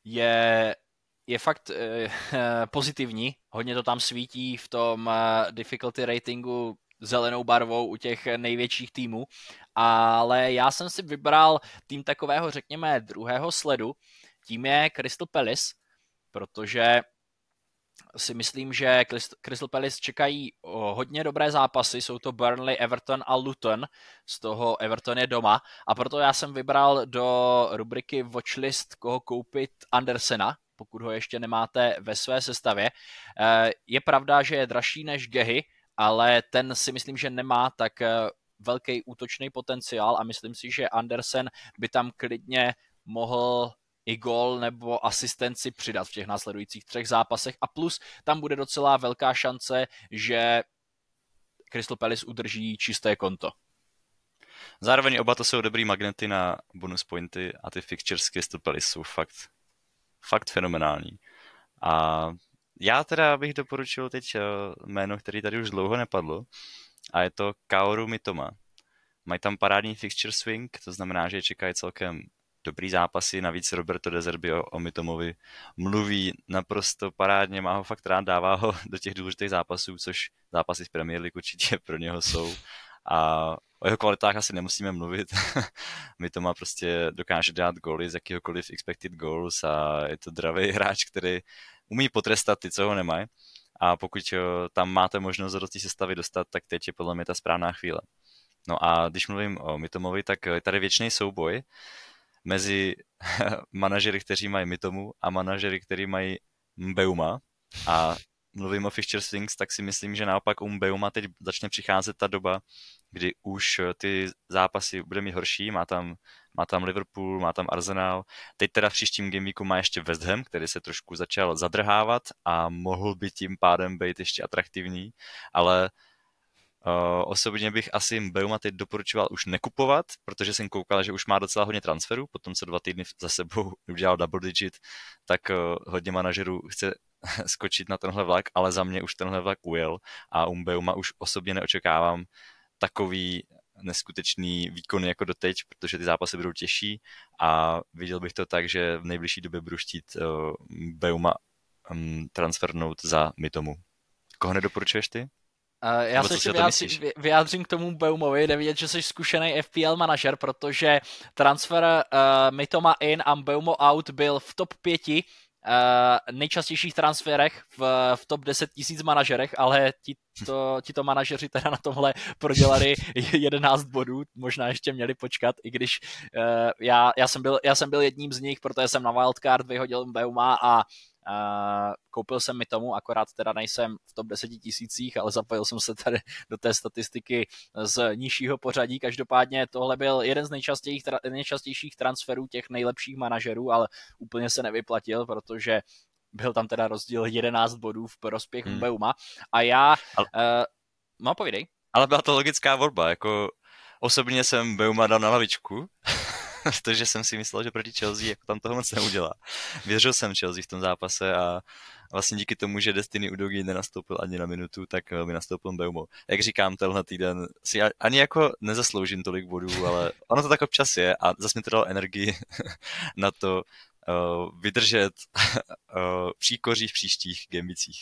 je fakt pozitivní. Hodně to tam svítí v tom difficulty ratingu zelenou barvou u těch největších týmů, ale já jsem si vybral tým takového, řekněme, druhého sledu. Tím je Crystal Palace, protože si myslím, že Crystal Palace čekají hodně dobré zápasy, jsou to Burnley, Everton a Luton, z toho Everton je doma a proto já jsem vybral do rubriky Watchlist, koho koupit, Andersena, pokud ho ještě nemáte ve své sestavě. Je pravda, že je dražší než Gehy, ale ten si myslím, že nemá tak velký útočný potenciál a myslím si, že Andersen by tam klidně mohl i gól nebo asistenci přidat v těch následujících 3 zápasech a plus tam bude docela velká šance, že Crystal Palace udrží čisté konto. Zároveň oba to jsou dobrý magnety na bonus pointy a ty fixtures Crystal Palace jsou fakt fenomenální. A já teda bych doporučil teď jméno, který tady už dlouho nepadlo a je to Kaoru Mitoma. Mají tam parádní fixture swing, to znamená, že čekají celkem dobrý zápasy, navíc Roberto De Zerbi o Mitomovi mluví naprosto parádně, má ho fakt rád, dává ho do těch důležitých zápasů, což zápasy z Premier League určitě pro něho jsou. A o jeho kvalitách asi nemusíme mluvit. Mitoma prostě dokáže dát góly z jakýhokoliv expected goals a je to dravý hráč, který umí potrestat ty, co ho nemají. A pokud tam máte možnost do té sestavy dostat, tak teď je podle mě ta správná chvíle. No a když mluvím o Mitomovi, tak je tady věčný souboj mezi manažery, kteří mají Mitomu a manažery, kteří mají Mbeuma. A mluvím o fixture swings, tak si myslím, že naopak u Mbeuma teď začne přicházet ta doba, kdy už ty zápasy bude mít horší, má tam Liverpool, má tam Arsenal, teď teda v příštím gameweeku má ještě West Ham, který se trošku začal zadrhávat a mohl by tím pádem být ještě atraktivní, ale osobně bych asi Mbeuma teď doporučoval už nekupovat, protože jsem koukal, že už má docela hodně transferů, potom co 2 týdny za sebou udělal double digit, tak hodně manažerů chce skočit na tenhle vlak, ale za mě už tenhle vlak ujel a u Mbeuma už osobně neočekávám takový neskutečný výkon jako doteď, protože ty zápasy budou těžší a viděl bych to tak, že v nejbližší době budu chtít Mbeuma transfernout za Mitomu. Koho nedoporučuješ ty? Já se ještě vyjádřím k tomu Mbeumovi, jde vidět, že jsi zkušený FPL manažer, protože transfer Mitoma in a Mbeumo out byl v top 5 nejčastějších transferech v top 10 000 manažerech, ale tito manažeři teda na tomhle prodělali 11 bodů, možná ještě měli počkat, i když já jsem byl jedním z nich, protože jsem na wildcard vyhodil Beuma a koupil jsem mi tomu, akorát teda nejsem v top 10 000, ale zapojil jsem se tady do té statistiky z nižšího pořadí. Každopádně tohle byl jeden z nejčastějších transferů těch nejlepších manažerů, ale úplně se nevyplatil, protože byl tam teda rozdíl 11 bodů v prospěch Beuma. A já... No, povídej. Ale byla to logická volba, jako osobně jsem Beuma dal na lavičku, protože jsem si myslel, že proti Chelsea jako tam toho moc neudělá. Věřil jsem Chelsea v tom zápase a vlastně díky tomu, že Destiny Udogie nenastoupil ani na minutu, tak mi nastoupil Mbeumo. Jak říkám, tenhle týden si ani jako nezasloužím tolik bodů, ale ono to tak občas je a zase mi to dalo energii na to vydržet příkoří v příštích gambicích.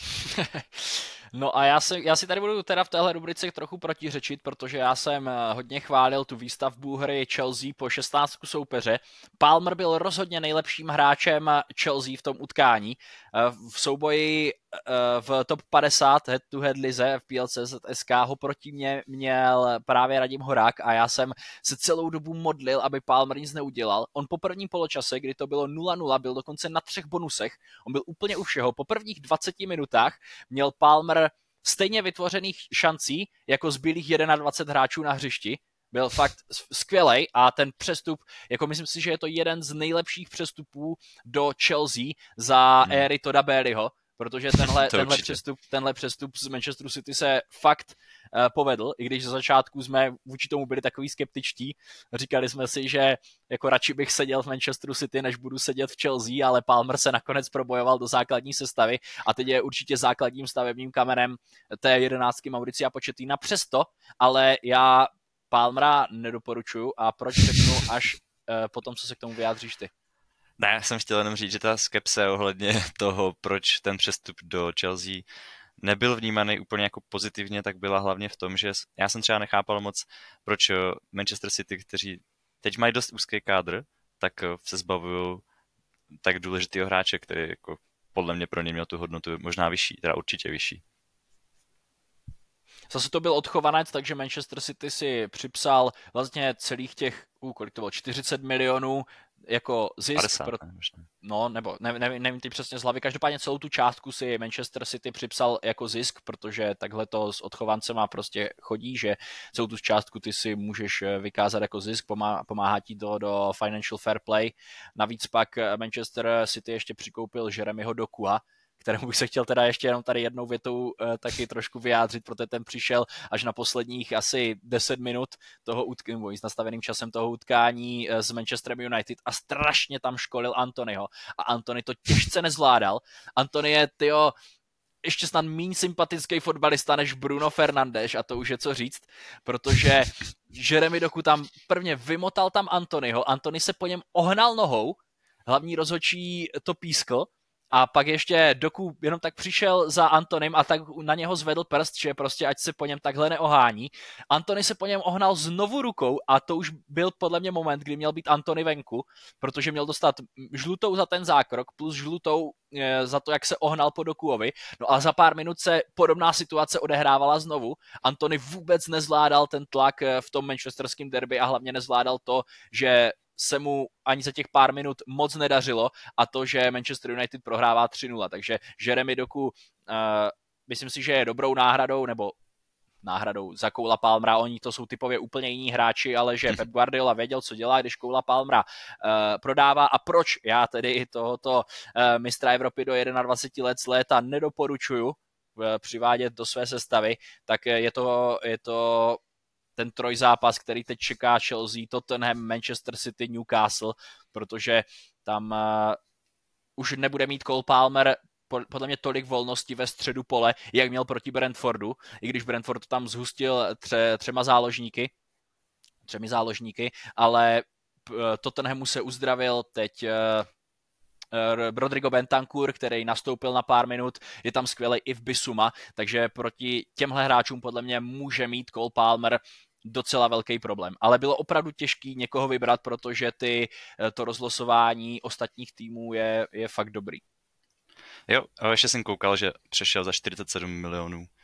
No a já si tady budu teda v téhle rubrice trochu protiřečit, protože já jsem hodně chválil tu výstavbu hry Chelsea po 16 soupeře. Palmer byl rozhodně nejlepším hráčem Chelsea v tom utkání. V souboji v top 50 head-to-head lize v PLCZSK ho proti mě měl právě Radim Horák a já jsem se celou dobu modlil, aby Palmer nic neudělal. On po prvním poločase, kdy to bylo 0-0, byl dokonce na 3 bonusech. On byl úplně u všeho. Po prvních 20 minutách měl Palmer stejně vytvořených šancí jako zbylých 21 hráčů na hřišti. Byl fakt skvělej a ten přestup, jako myslím si, že je to jeden z nejlepších přestupů do Chelsea za éry Toda Baileyho, protože tenhle přestup z Manchesteru City se fakt povedl, i když za začátku jsme vůči tomu byli takový skeptičtí. Říkali jsme si, že jako radši bych seděl v Manchesteru City, než budu sedět v Chelsea, ale Palmer se nakonec probojoval do základní sestavy a teď je určitě základním stavebním kamenem té 11 Mauricia Pochettina. Přesto, ale já Palmera nedoporučuju a proč řeknu až potom, co se k tomu vyjádříš ty. Ne, já jsem chtěl jenom říct, že ta skepse ohledně toho, proč ten přestup do Chelsea nebyl vnímaný úplně jako pozitivně, tak byla hlavně v tom, že já jsem třeba nechápal moc, proč Manchester City, kteří teď mají dost úzký kádr, tak se zbavují tak důležitýho hráče, který jako podle mě pro ně měl tu hodnotu možná vyšší, teda určitě vyšší. Zase to byl odchovanec, takže Manchester City si připsal vlastně celých těch, kolik to bylo, 40 milionů jako zisk. 50, no, nebo nevím ty přesně z hlavy. Každopádně celou tu částku si Manchester City připsal jako zisk, protože takhle to s odchovancema prostě chodí, že celou tu částku ty si můžeš vykázat jako zisk, pomáhá ti to do financial fair play. Navíc pak Manchester City ještě přikoupil Jeremyho Dokua, kterému bych se chtěl teda ještě jenom tady jednou větou taky trošku vyjádřit, protože ten přišel až na posledních asi 10 minut toho utkání, s nastaveným časem toho utkání s Manchesterem United a strašně tam školil Antonyho a Antony to těžce nezvládal. Antony je, ještě snad míň sympatický fotbalista než Bruno Fernandes a to už je co říct, protože Jeremy Doku tam prvně vymotal tam Antonyho, Antony se po něm ohnal nohou, hlavní rozhodčí to pískl, a pak ještě Doku jenom tak přišel za Antonym a tak na něho zvedl prst, že prostě ať se po něm takhle neohání. Antony se po něm ohnal znovu rukou a to už byl podle mě moment, kdy měl být Antony venku, protože měl dostat žlutou za ten zákrok plus žlutou za to, jak se ohnal po Dokuovi. No a za pár minut se podobná situace odehrávala znovu. Antony vůbec nezvládal ten tlak v tom manchesterském derby a hlavně nezvládal to, že se mu ani za těch pár minut moc nedařilo a to, že Manchester United prohrává 3-0. Takže Jeremy Doku myslím si, že je dobrou náhradou za Cola Palmera. Oni to jsou typově úplně jiní hráči, ale že Pep Guardiola věděl, co dělá, když Cola Palmera prodává a proč já tedy i tohoto mistra Evropy do 21 let z léta nedoporučuju přivádět do své sestavy, tak je to ten trojzápas, který teď čeká Chelsea, Tottenham, Manchester City, Newcastle, protože tam už nebude mít Cole Palmer podle mě tolik volnosti ve středu pole, jak měl proti Brentfordu, i když Brentford tam zhustil třemi záložníky, ale Tottenhamu se uzdravil teď Rodrigo Bentancur, který nastoupil na pár minut, je tam skvělej i v Bissouma, takže proti těmhle hráčům podle mě může mít Cole Palmer docela velký problém. Ale bylo opravdu těžký někoho vybrat, protože to rozlosování ostatních týmů je fakt dobrý. Jo, ještě jsem koukal, že přešel za 47 milionů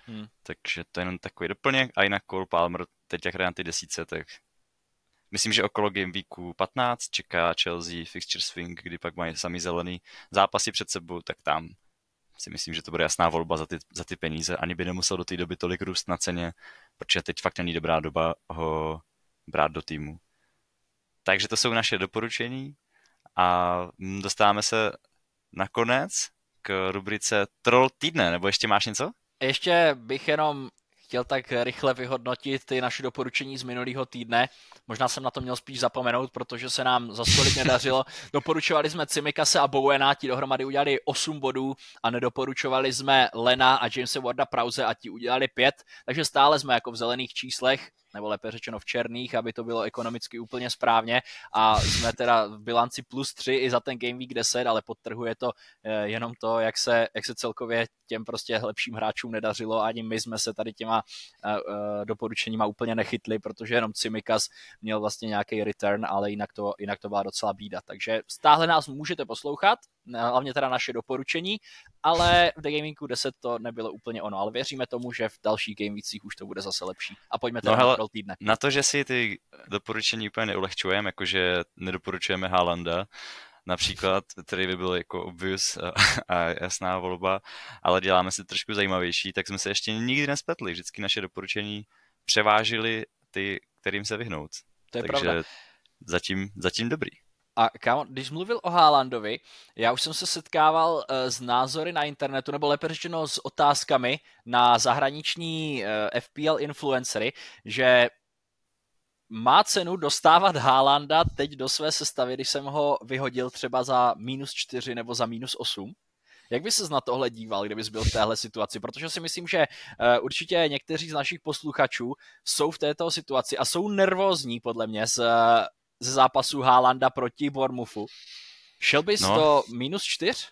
Takže to je jenom takový doplněk. A jinak Cole Palmer teď jak hraje na ty desíce, tak myslím, že okolo Game Weeku 15 čeká Chelsea fixture swing, kdy pak mají samý zelený zápasy před sebou, tak tam si myslím, že to bude jasná volba za ty peníze. Ani by nemusel do té doby tolik růst na ceně, protože teď fakt není dobrá doba ho brát do týmu. Takže to jsou naše doporučení a dostáváme se nakonec k rubrice Troll týdne, nebo ještě máš něco? Ještě bych jenom chtěl tak rychle vyhodnotit ty naše doporučení z minulého týdne. Možná jsem na to měl spíš zapomenout, protože se nám za stolik nedařilo. Doporučovali jsme Cimikase a Bowena, ti dohromady udělali 8 bodů a nedoporučovali jsme Lena a Jamesa Warda Prause a ti udělali 5, takže stále jsme jako v zelených číslech, nebo lépe řečeno v černých, aby to bylo ekonomicky úplně správně a jsme teda v bilanci +3 i za ten Game Week 10, ale podtrhuje to jenom to, jak se celkově těm prostě lepším hráčům nedařilo, ani my jsme se tady těma doporučeníma úplně nechytli, protože jenom Tsimikas měl vlastně nějaký return, ale jinak to byla docela bída. Takže stále nás můžete poslouchat, hlavně teda naše doporučení, ale v The Gamingu 10 to nebylo úplně ono, ale věříme tomu, že v dalších Gameweekcích už to bude zase lepší. A pojďme teda na týdne. Na to, že si ty doporučení úplně neulehčujeme, jakože nedoporučujeme Haalanda, například, který by byl jako obvious a jasná volba, ale děláme si trošku zajímavější, tak jsme se ještě nikdy nespletli. Vždycky naše doporučení převážily ty, kterým se vyhnout. To je pravda. Zatím dobrý. A kámo, když mluvil o Haalandovi, já už jsem se setkával s názory na internetu, nebo lépe řečeno s otázkami na zahraniční FPL influencery, že má cenu dostávat Haalanda teď do své sestavy, když jsem ho vyhodil třeba za -4 nebo za -8. Jak by ses na tohle díval, kdybys byl v téhle situaci? Protože si myslím, že určitě někteří z našich posluchačů jsou v této situaci a jsou nervózní podle mě ze zápasu Haalanda proti Bournemouthu. Šel bys do -4?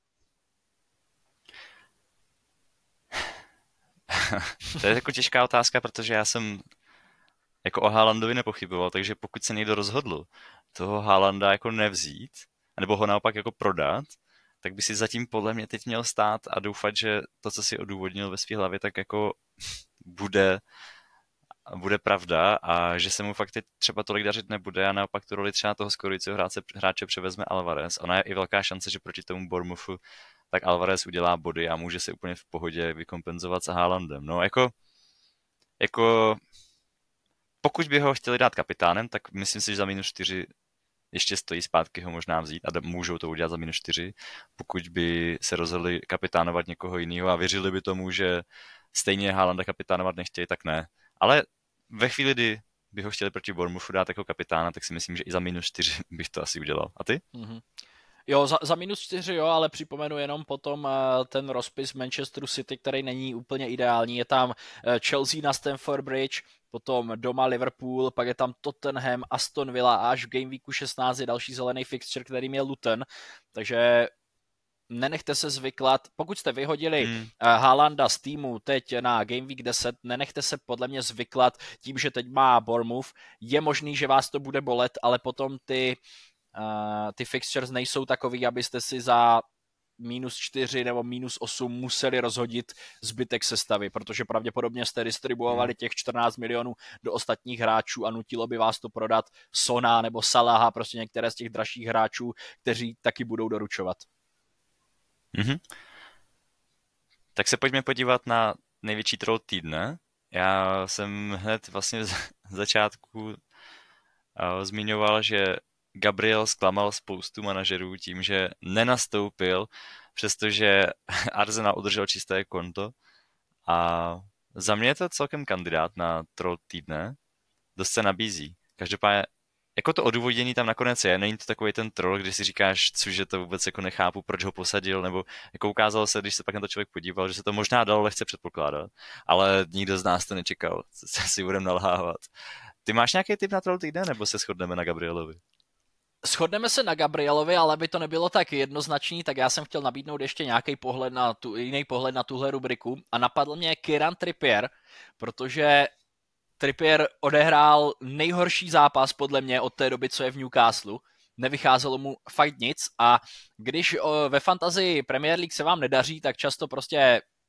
To je jako těžká otázka, protože já jsem jako o Haalandovi nepochyboval, takže pokud se někdo rozhodl toho Haalanda jako nevzít, nebo ho naopak jako prodat, tak by si zatím podle mě teď měl stát a doufat, že to, co si odůvodnil ve své hlavě, tak jako bude pravda a že se mu fakt teď třeba tolik dařit nebude a naopak tu roli třeba toho skorujícího hráče převezme Alvarez. Ona je i velká šance, že proti tomu Bournemouthu tak Alvarez udělá body a může si úplně v pohodě vykompenzovat s Haalandem. No jako pokud by ho chtěli dát kapitánem, tak myslím si, že za -4 ještě stojí zpátky ho možná vzít a můžou to udělat za -4. Pokud by se rozhodli kapitánovat někoho jiného a věřili by tomu, že stejně Haalanda kapitánovat nechtějí, tak ne. Ale ve chvíli, kdy by ho chtěli proti Bournemouthu dát jako kapitána, tak si myslím, že i za -4 bych to asi udělal. A ty? Mm-hmm. Jo, za -4 jo, ale připomenu jenom potom ten rozpis Manchesteru City, který není úplně ideální. Je tam Chelsea na Stamford Bridge, potom doma Liverpool, pak je tam Tottenham, Aston Villa a až v Game Weeku 16 je další zelený fixture, kterým je Luton. Takže nenechte se zvyklat, pokud jste vyhodili Haalanda z týmu teď na Game Week 10, nenechte se podle mě zvyklat tím, že teď má Bournemouth. Je možný, že vás to bude bolet, ale potom ty fixtures nejsou takový, abyste si za -4 nebo -8 museli rozhodit zbytek sestavy, protože pravděpodobně jste distribuovali těch 14 milionů do ostatních hráčů a nutilo by vás to prodat Sona nebo Salaha, prostě některé z těch dražších hráčů, kteří taky budou doručovat. Mm-hmm. Tak se pojďme podívat na největší troll týdne. Já jsem hned vlastně z začátku zmiňoval, že Gabriel zklamal spoustu manažerů tím, že nenastoupil, přestože Arsenal udržel čisté konto. A za mě je to celkem kandidát na troll týdne. Dost se nabízí. Každopádně jako to odůvodnění tam nakonec je, není to takový ten troll, když si říkáš, cože to vůbec jako nechápu, proč ho posadil, nebo jako ukázalo se, když se pak na to člověk podíval, že se to možná dalo lehce předpokládat, ale nikdo z nás to nečekal, co si budeme nalhávat. Ty máš nějaký tip na troll týdne, nebo se shodneme na Gabrielovi? Shodneme se na Gabrielovi, ale aby to nebylo tak jednoznačný, tak já jsem chtěl nabídnout ještě nějaký jiný pohled na tuhle rubriku a napadl mě Kieran Trippier, protože Trippier odehrál nejhorší zápas podle mě od té doby, co je v Newcastle. Nevycházelo mu fakt nic a když ve Fantasy Premier League se vám nedaří, tak často prostě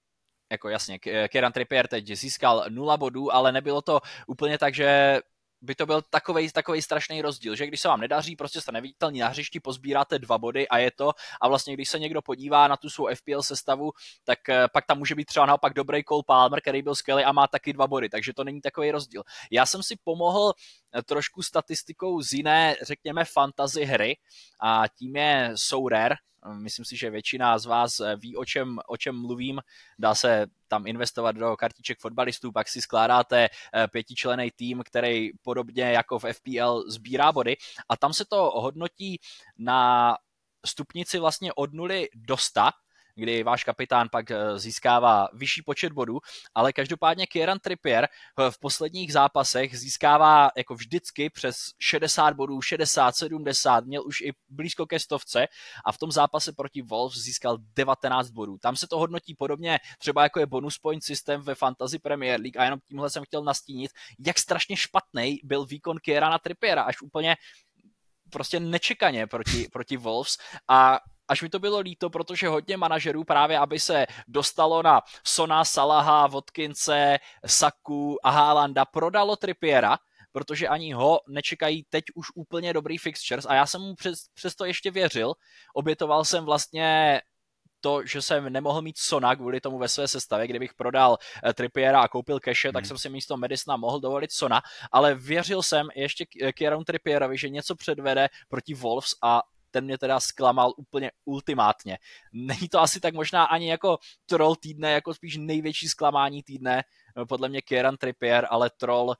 jako jasně, Kieran Trippier teď získal 0 bodů, ale nebylo to úplně tak, že by to byl takovej strašný rozdíl, že když se vám nedaří, prostě jste neviditelní na hřišti, pozbíráte 2 body a je to. A vlastně když se někdo podívá na tu svou FPL sestavu, tak pak tam může být třeba naopak dobrý Cole Palmer, který byl skvělý a má taky 2 body, takže to není takový rozdíl. Já jsem si pomohl trošku statistikou z jiné, řekněme, fantasy hry a tím je Sorare. Myslím si, že většina z vás ví, o čem mluvím. Dá se tam investovat do kartiček fotbalistů, pak si skládáte 5členný tým, který podobně jako v FPL sbírá body a tam se to hodnotí na stupnici vlastně od 0 do 100, kdy váš kapitán pak získává vyšší počet bodů, ale každopádně Kieran Trippier v posledních zápasech získává jako vždycky přes 60 bodů, 60, 70, měl už i blízko ke 100 a v tom zápase proti Wolves získal 19 bodů. Tam se to hodnotí podobně třeba jako je bonus point systém ve Fantasy Premier League a jenom tímhle jsem chtěl nastínit, jak strašně špatný byl výkon Kierana Trippiera, až úplně prostě nečekaně proti Wolves a až mi to bylo líto, protože hodně manažerů právě, aby se dostalo na Sona, Salaha, Watkinse, Saku a Haalanda, prodalo Trippiera, protože ani ho nečekají teď už úplně dobrý fixtures a já jsem mu přesto ještě věřil. Obětoval jsem vlastně to, že jsem nemohl mít Sona kvůli tomu ve své sestavě, kdybych prodal Trippiera a koupil Cashe, tak jsem si místo Madisona mohl dovolit Sona, ale věřil jsem ještě Kieranu Trippierovi, že něco předvede proti Wolves a ten mě teda zklamal úplně ultimátně. Není to asi tak možná ani jako troll týdne, jako spíš největší zklamání týdne, podle mě Kieran Trippier, ale troll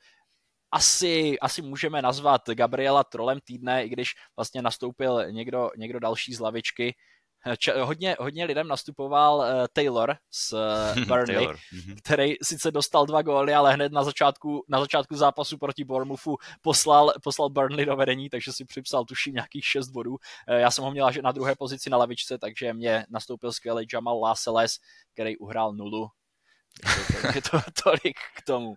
asi můžeme nazvat Gabriela trolem týdne, i když vlastně nastoupil někdo další z lavičky. Hodně lidem nastupoval Taylor z Burnley, Taylor. Který sice dostal 2 góly, ale hned na začátku zápasu proti Bournemouthu poslal Burnley do vedení, takže si připsal tuším nějakých 6 bodů. Já jsem ho měl na druhé pozici na lavičce, takže mě nastoupil skvělý Jamal Lascelles, který uhrál 0. Takže to tolik k tomu.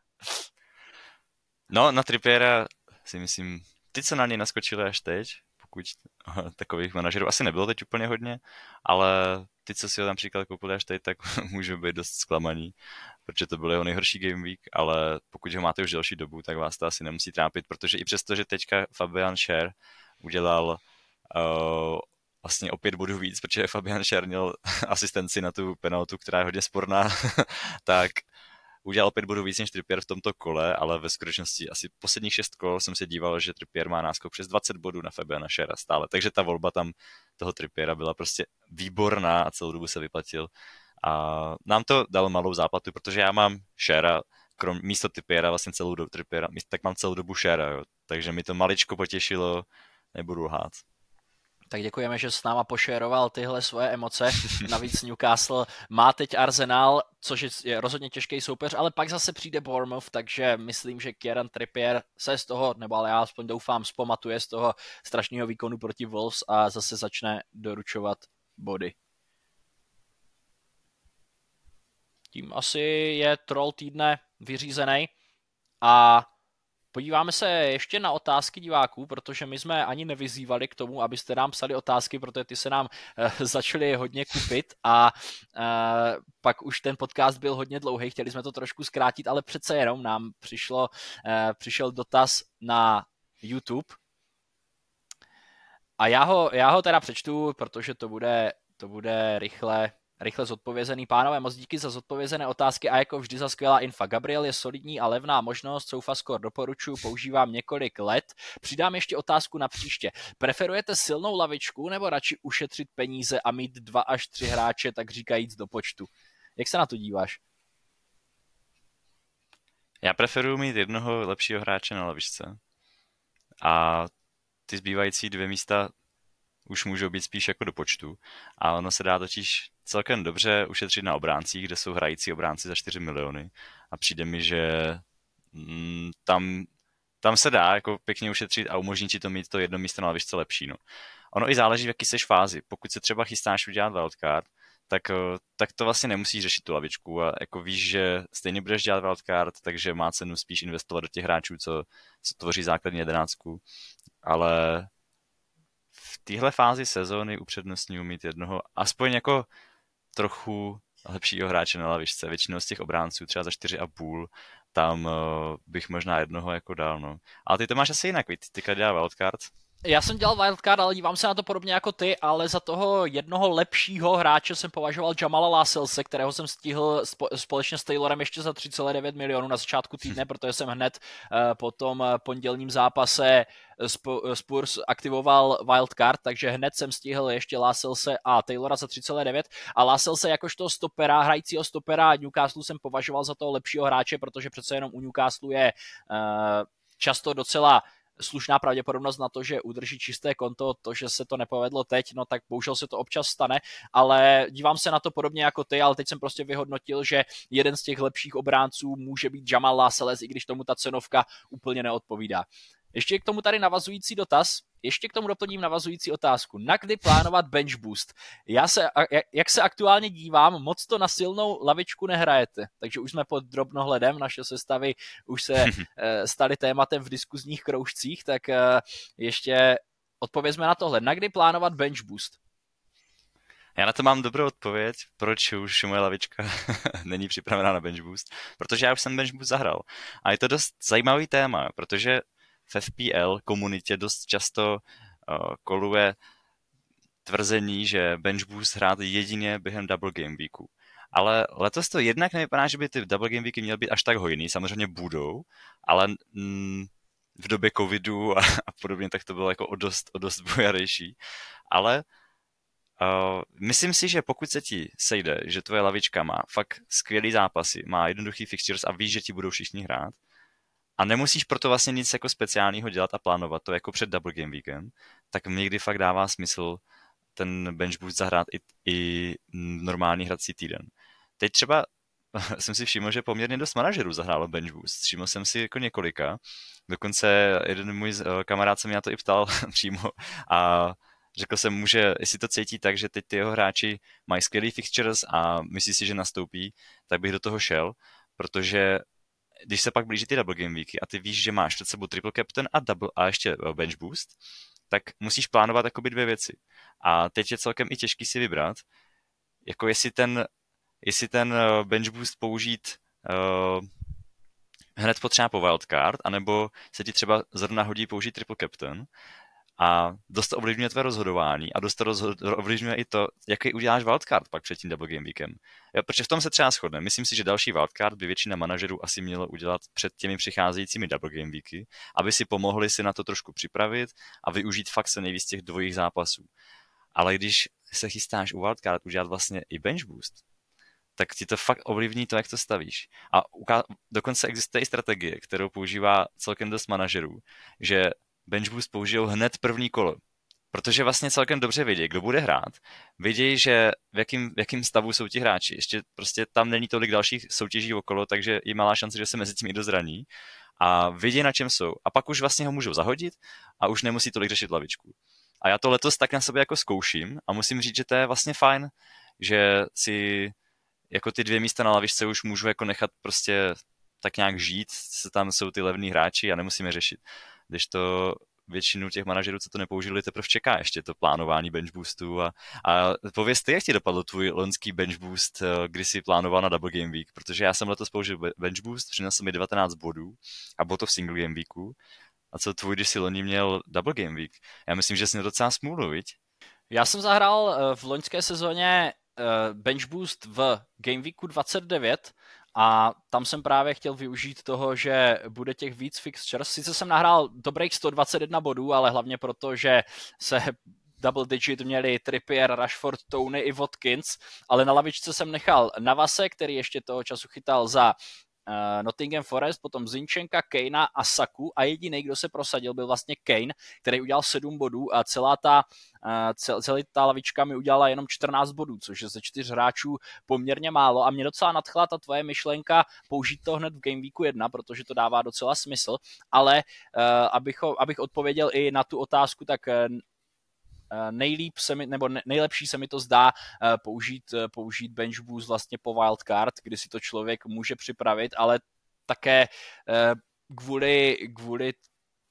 No, na Trippiera si myslím, ty, co na něj naskočili až teď, pokud takových manažerů asi nebylo teď úplně hodně, ale ty, co si ho například koupili až teď, tak můžou být dost zklamaní, protože to byl jeho nejhorší game week, ale pokud ho máte už delší dobu, tak vás to asi nemusí trápit, protože i přesto, že teďka Fabian Schär udělal vlastně o 5 bodů víc, protože Fabian Schär měl asistenci na tu penaltu, která je hodně sporná, tak udělal 5 bodů víc než Trippier v tomto kole, ale ve skutečnosti asi posledních 6 kol jsem se díval, že Trippier má náskok přes 20 bodů na Fabiana Schära stále. Takže ta volba tam toho Trippiera byla prostě výborná a celou dobu se vyplatil. A nám to dalo malou záplatu, protože já mám Schära, místo Trippiera vlastně celou dobu Trippiera, tak mám celou dobu Schära, jo. Takže mi to maličko potěšilo, nebudu lhát. Tak děkujeme, že s náma pošeroval tyhle svoje emoce. Navíc Newcastle má teď Arsenal, což je rozhodně těžký soupeř, ale pak zase přijde Bournemouth, takže myslím, že Kieran Trippier se z toho, nebo ale já aspoň doufám, zpamatuje z toho strašného výkonu proti Wolves a zase začne doručovat body. Tím asi je troll týdne vyřízený a podíváme se ještě na otázky diváků, protože my jsme ani nevyzývali k tomu, abyste nám psali otázky, protože ty se nám začaly hodně kupit a pak už ten podcast byl hodně dlouhý, chtěli jsme to trošku zkrátit, ale přece jenom nám přišel dotaz na YouTube a já ho teda přečtu, protože to bude rychle zodpovězený. Pánové, moc díky za zodpovězené otázky a jako vždy za skvělá infa. Gabriel je solidní a levná možnost, SofaScore doporučuji, používám několik let. Přidám ještě otázku na příště. Preferujete silnou lavičku nebo radši ušetřit peníze a mít 2 až 3 hráče, tak říkajíc do počtu? Jak se na to díváš? Já preferuji mít jednoho lepšího hráče na lavičce. A ty zbývající 2 místa už můžou být spíš jako do počtu. A ono se dá totiž celkem dobře ušetřit na obráncích, kde jsou hrající obránci za 4 miliony. A přijde mi, že tam se dá jako pěkně ušetřit a umožní ti to mít to jedno místo na lavičce lepší. No. Ono i záleží, v jaký seš fázi. Pokud se třeba chystáš udělat wildcard, tak to vlastně nemusíš řešit tu lavičku a jako víš, že stejně budeš dělat wildcard, takže má cenu spíš investovat do těch hráčů, co tvoří základní 11. Ale v téhle fázi sezóny upřednostňuji mít jednoho aspoň jako trochu lepšího hráče na lavičce. Většinou z těch obránců třeba za 4,5 tam bych možná jednoho jako dal, no. Ale ty to máš asi jinak, ty dělá wildcard. Já jsem dělal wildcard, ale dívám se na to podobně jako ty, ale za toho jednoho lepšího hráče jsem považoval Jamala Lasselse, kterého jsem stihl společně s Taylorem ještě za 3,9 milionů na začátku týdne, protože jsem hned po tom pondělním zápase Spurs aktivoval wildcard, takže hned jsem stihl ještě Lasselse a Taylora za 3,9 a Lasselse jakožto stopera, hrajícího stopera Newcastle jsem považoval za toho lepšího hráče, protože přece jenom u Newcastle je často docela slušná pravděpodobnost na to, že udrží čisté konto. To, že se to nepovedlo teď, no tak bohužel se to občas stane, ale dívám se na to podobně jako ty, ale teď jsem prostě vyhodnotil, že jeden z těch lepších obránců může být Jamal Lascelles, i když tomu ta cenovka úplně neodpovídá. Ještě k tomu tady navazující dotaz, ještě k tomu doplním navazující otázku. Na kdy plánovat bench boost? Jak se aktuálně dívám, moc to na silnou lavičku nehrajete, takže už jsme pod drobnohledem, naše sestavy už se staly tématem v diskuzních kroužcích, tak ještě odpovězme na tohle. Na kdy plánovat bench boost? Já na to mám dobrou odpověď, proč už moje lavička není připravená na bench boost, protože já už jsem bench boost zahrál. A je to dost zajímavý téma, protože v FPL komunitě dost často koluje tvrzení, že bench boost hrát jedině během double game weeku. Ale letos to jednak nevypadá, že by ty double game weeky měly být až tak hojný, samozřejmě budou, ale v době covidu a podobně tak to bylo jako o dost bojarejší. Ale myslím si, že pokud se ti sejde, že tvoje lavička má fakt skvělý zápasy, má jednoduchý fixtures a víš, že ti budou všichni hrát, a nemusíš proto vlastně nic jako speciálního dělat a plánovat to jako před double game weekend, tak někdy fakt dává smysl ten bench boost zahrát i normální hrací týden. Teď třeba jsem si všiml, že poměrně dost manažerů zahrálo bench boost. Všiml jsem si jako několika. Dokonce jeden můj kamarád se mě na to i ptal přímo a řekl jsem mu, že jestli to cítí tak, že teď ty jeho hráči mají skvělý fixtures a myslí si, že nastoupí, tak bych do toho šel, protože když se pak blíží ty double game weeky a ty víš, že máš před sebou triple captain a ještě bench boost, tak musíš plánovat jakoby dvě věci. A teď je celkem i těžký si vybrat, jako jestli ten bench boost použít hned potřeba po wildcard, anebo se ti třeba zrovna hodí použít triple captain a dost to ovlivňuje tvé rozhodování a dost to ovlivňuje i to, jaký uděláš wildcard pak před tím double game weekem. Protože v tom se třeba shodne. Myslím si, že další wildcard by většina manažerů asi mělo udělat před těmi přicházejícími double game weeky, aby si pomohli si na to trošku připravit a využít fakt se nejvíc těch dvojích zápasů. Ale když se chystáš u wildcard udělat vlastně i bench boost, tak ti to fakt ovlivní to, jak to stavíš. A dokonce existuje i strategie, kterou používá celkem dost manažerů, že bench boost použijou hned první kolo. Protože vlastně celkem dobře vědí, kdo bude hrát. Vědí, že v jakým stavu jsou ti hráči. Ještě prostě tam není tolik dalších soutěží okolo, takže je malá šance, že se mezi tím i dozraní. A vědí, na čem jsou. A pak už vlastně ho můžou zahodit a už nemusí tolik řešit lavičku. A já to letos tak na sebe jako zkouším a musím říct, že to je vlastně fajn, že si jako ty 2 místa na lavičce už můžu jako nechat prostě tak nějak žít, tam jsou ty levní hráči a nemusíme řešit. Když to většinu těch manažerů, co to nepoužili, teprve čeká ještě to plánování bench boostu a pověz ty, jak ti dopadl tvůj loňský bench boost, kdy jsi plánoval na double game week, protože já jsem letos použil bench boost, přinesl mi 19 bodů a bylo to v single game weeku. A co tvůj, když jsi loni měl double game week? Já myslím, že jsi měl docela smůlu, viď? Já jsem zahrál v loňské sezóně bench boost v game weeku 29 a tam jsem právě chtěl využít toho, že bude těch víc fixtures. Sice jsem nahrál dobrých 121 bodů, ale hlavně proto, že se double digit měli Trippier, Rashford, Tony i Watkins, ale na lavičce jsem nechal Navase, který ještě toho času chytal za Nottingham Forest, potom Zinchenka, Kanea a Saku a jediný, kdo se prosadil, byl vlastně Kane, který udělal 7 bodů a celá ta lavička mi udělala jenom 14 bodů, což je ze 4 hráčů poměrně málo a mě docela nadchla ta tvoje myšlenka použít to hned v Game Weeku 1, protože to dává docela smysl, ale abych odpověděl i na tu otázku, tak nejlepší se mi to zdá použít bench boost vlastně po wildcard, kdy si to člověk může připravit, ale také kvůli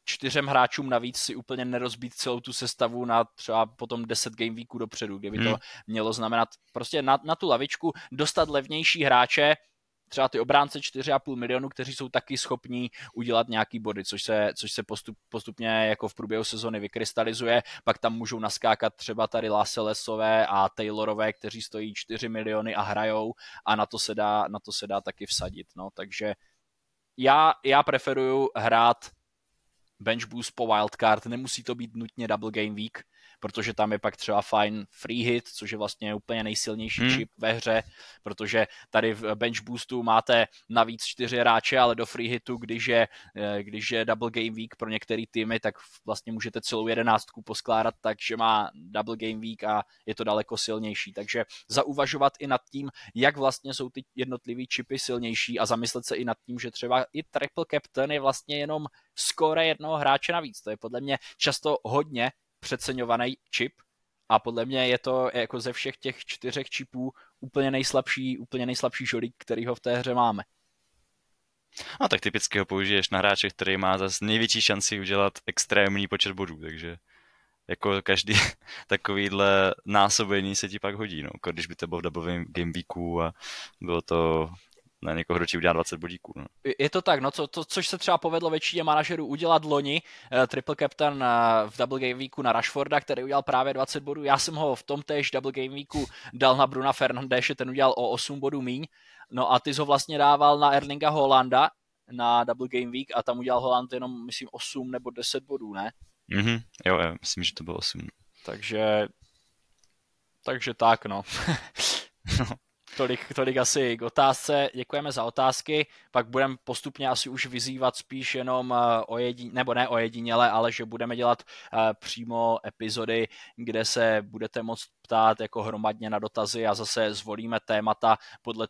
4 hráčům navíc si úplně nerozbít celou tu sestavu na třeba potom 10 game weeků dopředu, kdyby to mělo znamenat prostě na tu lavičku dostat levnější hráče, třeba ty obránce 4,5 milionu, kteří jsou taky schopní udělat nějaký body, což se postupně jako v průběhu sezony vykrystalizuje. Pak tam můžou naskákat třeba tady Lascellesové a Taylorové, kteří stojí 4 miliony a hrajou, a na to se dá taky vsadit. No. Takže já preferuju hrát bench boost po wildcard, nemusí to být nutně double game week, protože tam je pak třeba fajn free hit, což je vlastně úplně nejsilnější chip ve hře, protože tady v bench boostu máte navíc 4 hráče, ale do free hitu, když je double game week pro některé týmy, tak vlastně můžete celou 11 poskládat tak, že má double game week a je to daleko silnější. Takže zauvažovat i nad tím, jak vlastně jsou ty jednotlivý chipy silnější a zamyslet se i nad tím, že třeba i triple captain je vlastně jenom skóre jednoho hráče navíc. To je podle mě často hodně přeceňovaný čip a podle mě je to jako ze všech těch 4 čipů úplně nejslabší žolík, který ho v té hře máme. No tak typicky ho použiješ na hráče, který má zase největší šanci udělat extrémní počet bodů, takže jako každý takovýhle násobení se ti pak hodí, no. Jako když by to bylo v double game weeku a bylo to na někoho, kdo ti udělá 20 bodíků. No. Je to tak, no, což se třeba povedlo většině manažerů udělat loni, triple captain v double game weeku na Rashforda, který udělal právě 20 bodů. Já jsem ho v tom též double game weeku dal na Bruna Fernandéše, ten udělal o 8 bodů míň. No a ty jsi ho vlastně dával na Erlinga Holanda na double game week a tam udělal Holland jenom, myslím, 8 nebo 10 bodů, ne? Jo, myslím, že to bylo 8. Takže tak, no. Tolik asi k otázce. Děkujeme za otázky. Pak budeme postupně asi už vyzývat spíš jenom nebo ne ojediněle, ale že budeme dělat přímo epizody, kde se budete moct ptát jako hromadně na dotazy a zase zvolíme témata podle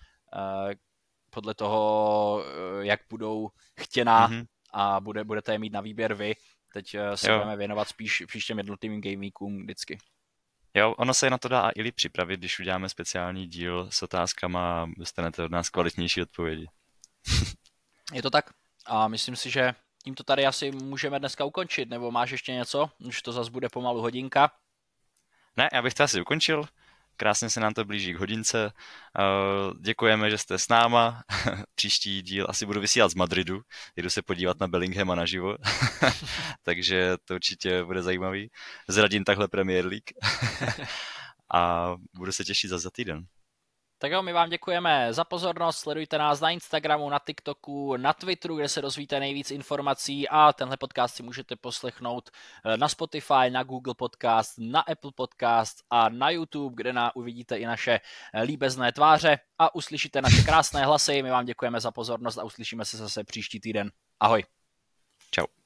toho, jak budou chtěná a budete je mít na výběr vy. Teď se budeme věnovat spíš těm jednotlivým game weekům vždycky. Jo, ono se na to dá i líp připravit, když uděláme speciální díl s otázkama a dostanete od nás kvalitnější odpovědi. Je to tak a myslím si, že tímto tady asi můžeme dneska ukončit, nebo máš ještě něco? Už to zase bude pomalu hodinka. Ne, já bych to asi ukončil. Krásně se nám to blíží k hodince. Děkujeme, že jste s náma. Příští díl asi budu vysílat z Madridu. Jdu se podívat na Bellinghama naživo. Takže to určitě bude zajímavý. Zradím takhle Premier League. A budu se těšit za týden. Tak jo, my vám děkujeme za pozornost, sledujte nás na Instagramu, na TikToku, na Twitteru, kde se dozvíte nejvíc informací a tenhle podcast si můžete poslechnout na Spotify, na Google Podcast, na Apple Podcast a na YouTube, kde uvidíte i naše líbezné tváře a uslyšíte naše krásné hlasy. My vám děkujeme za pozornost a uslyšíme se zase příští týden. Ahoj. Čau.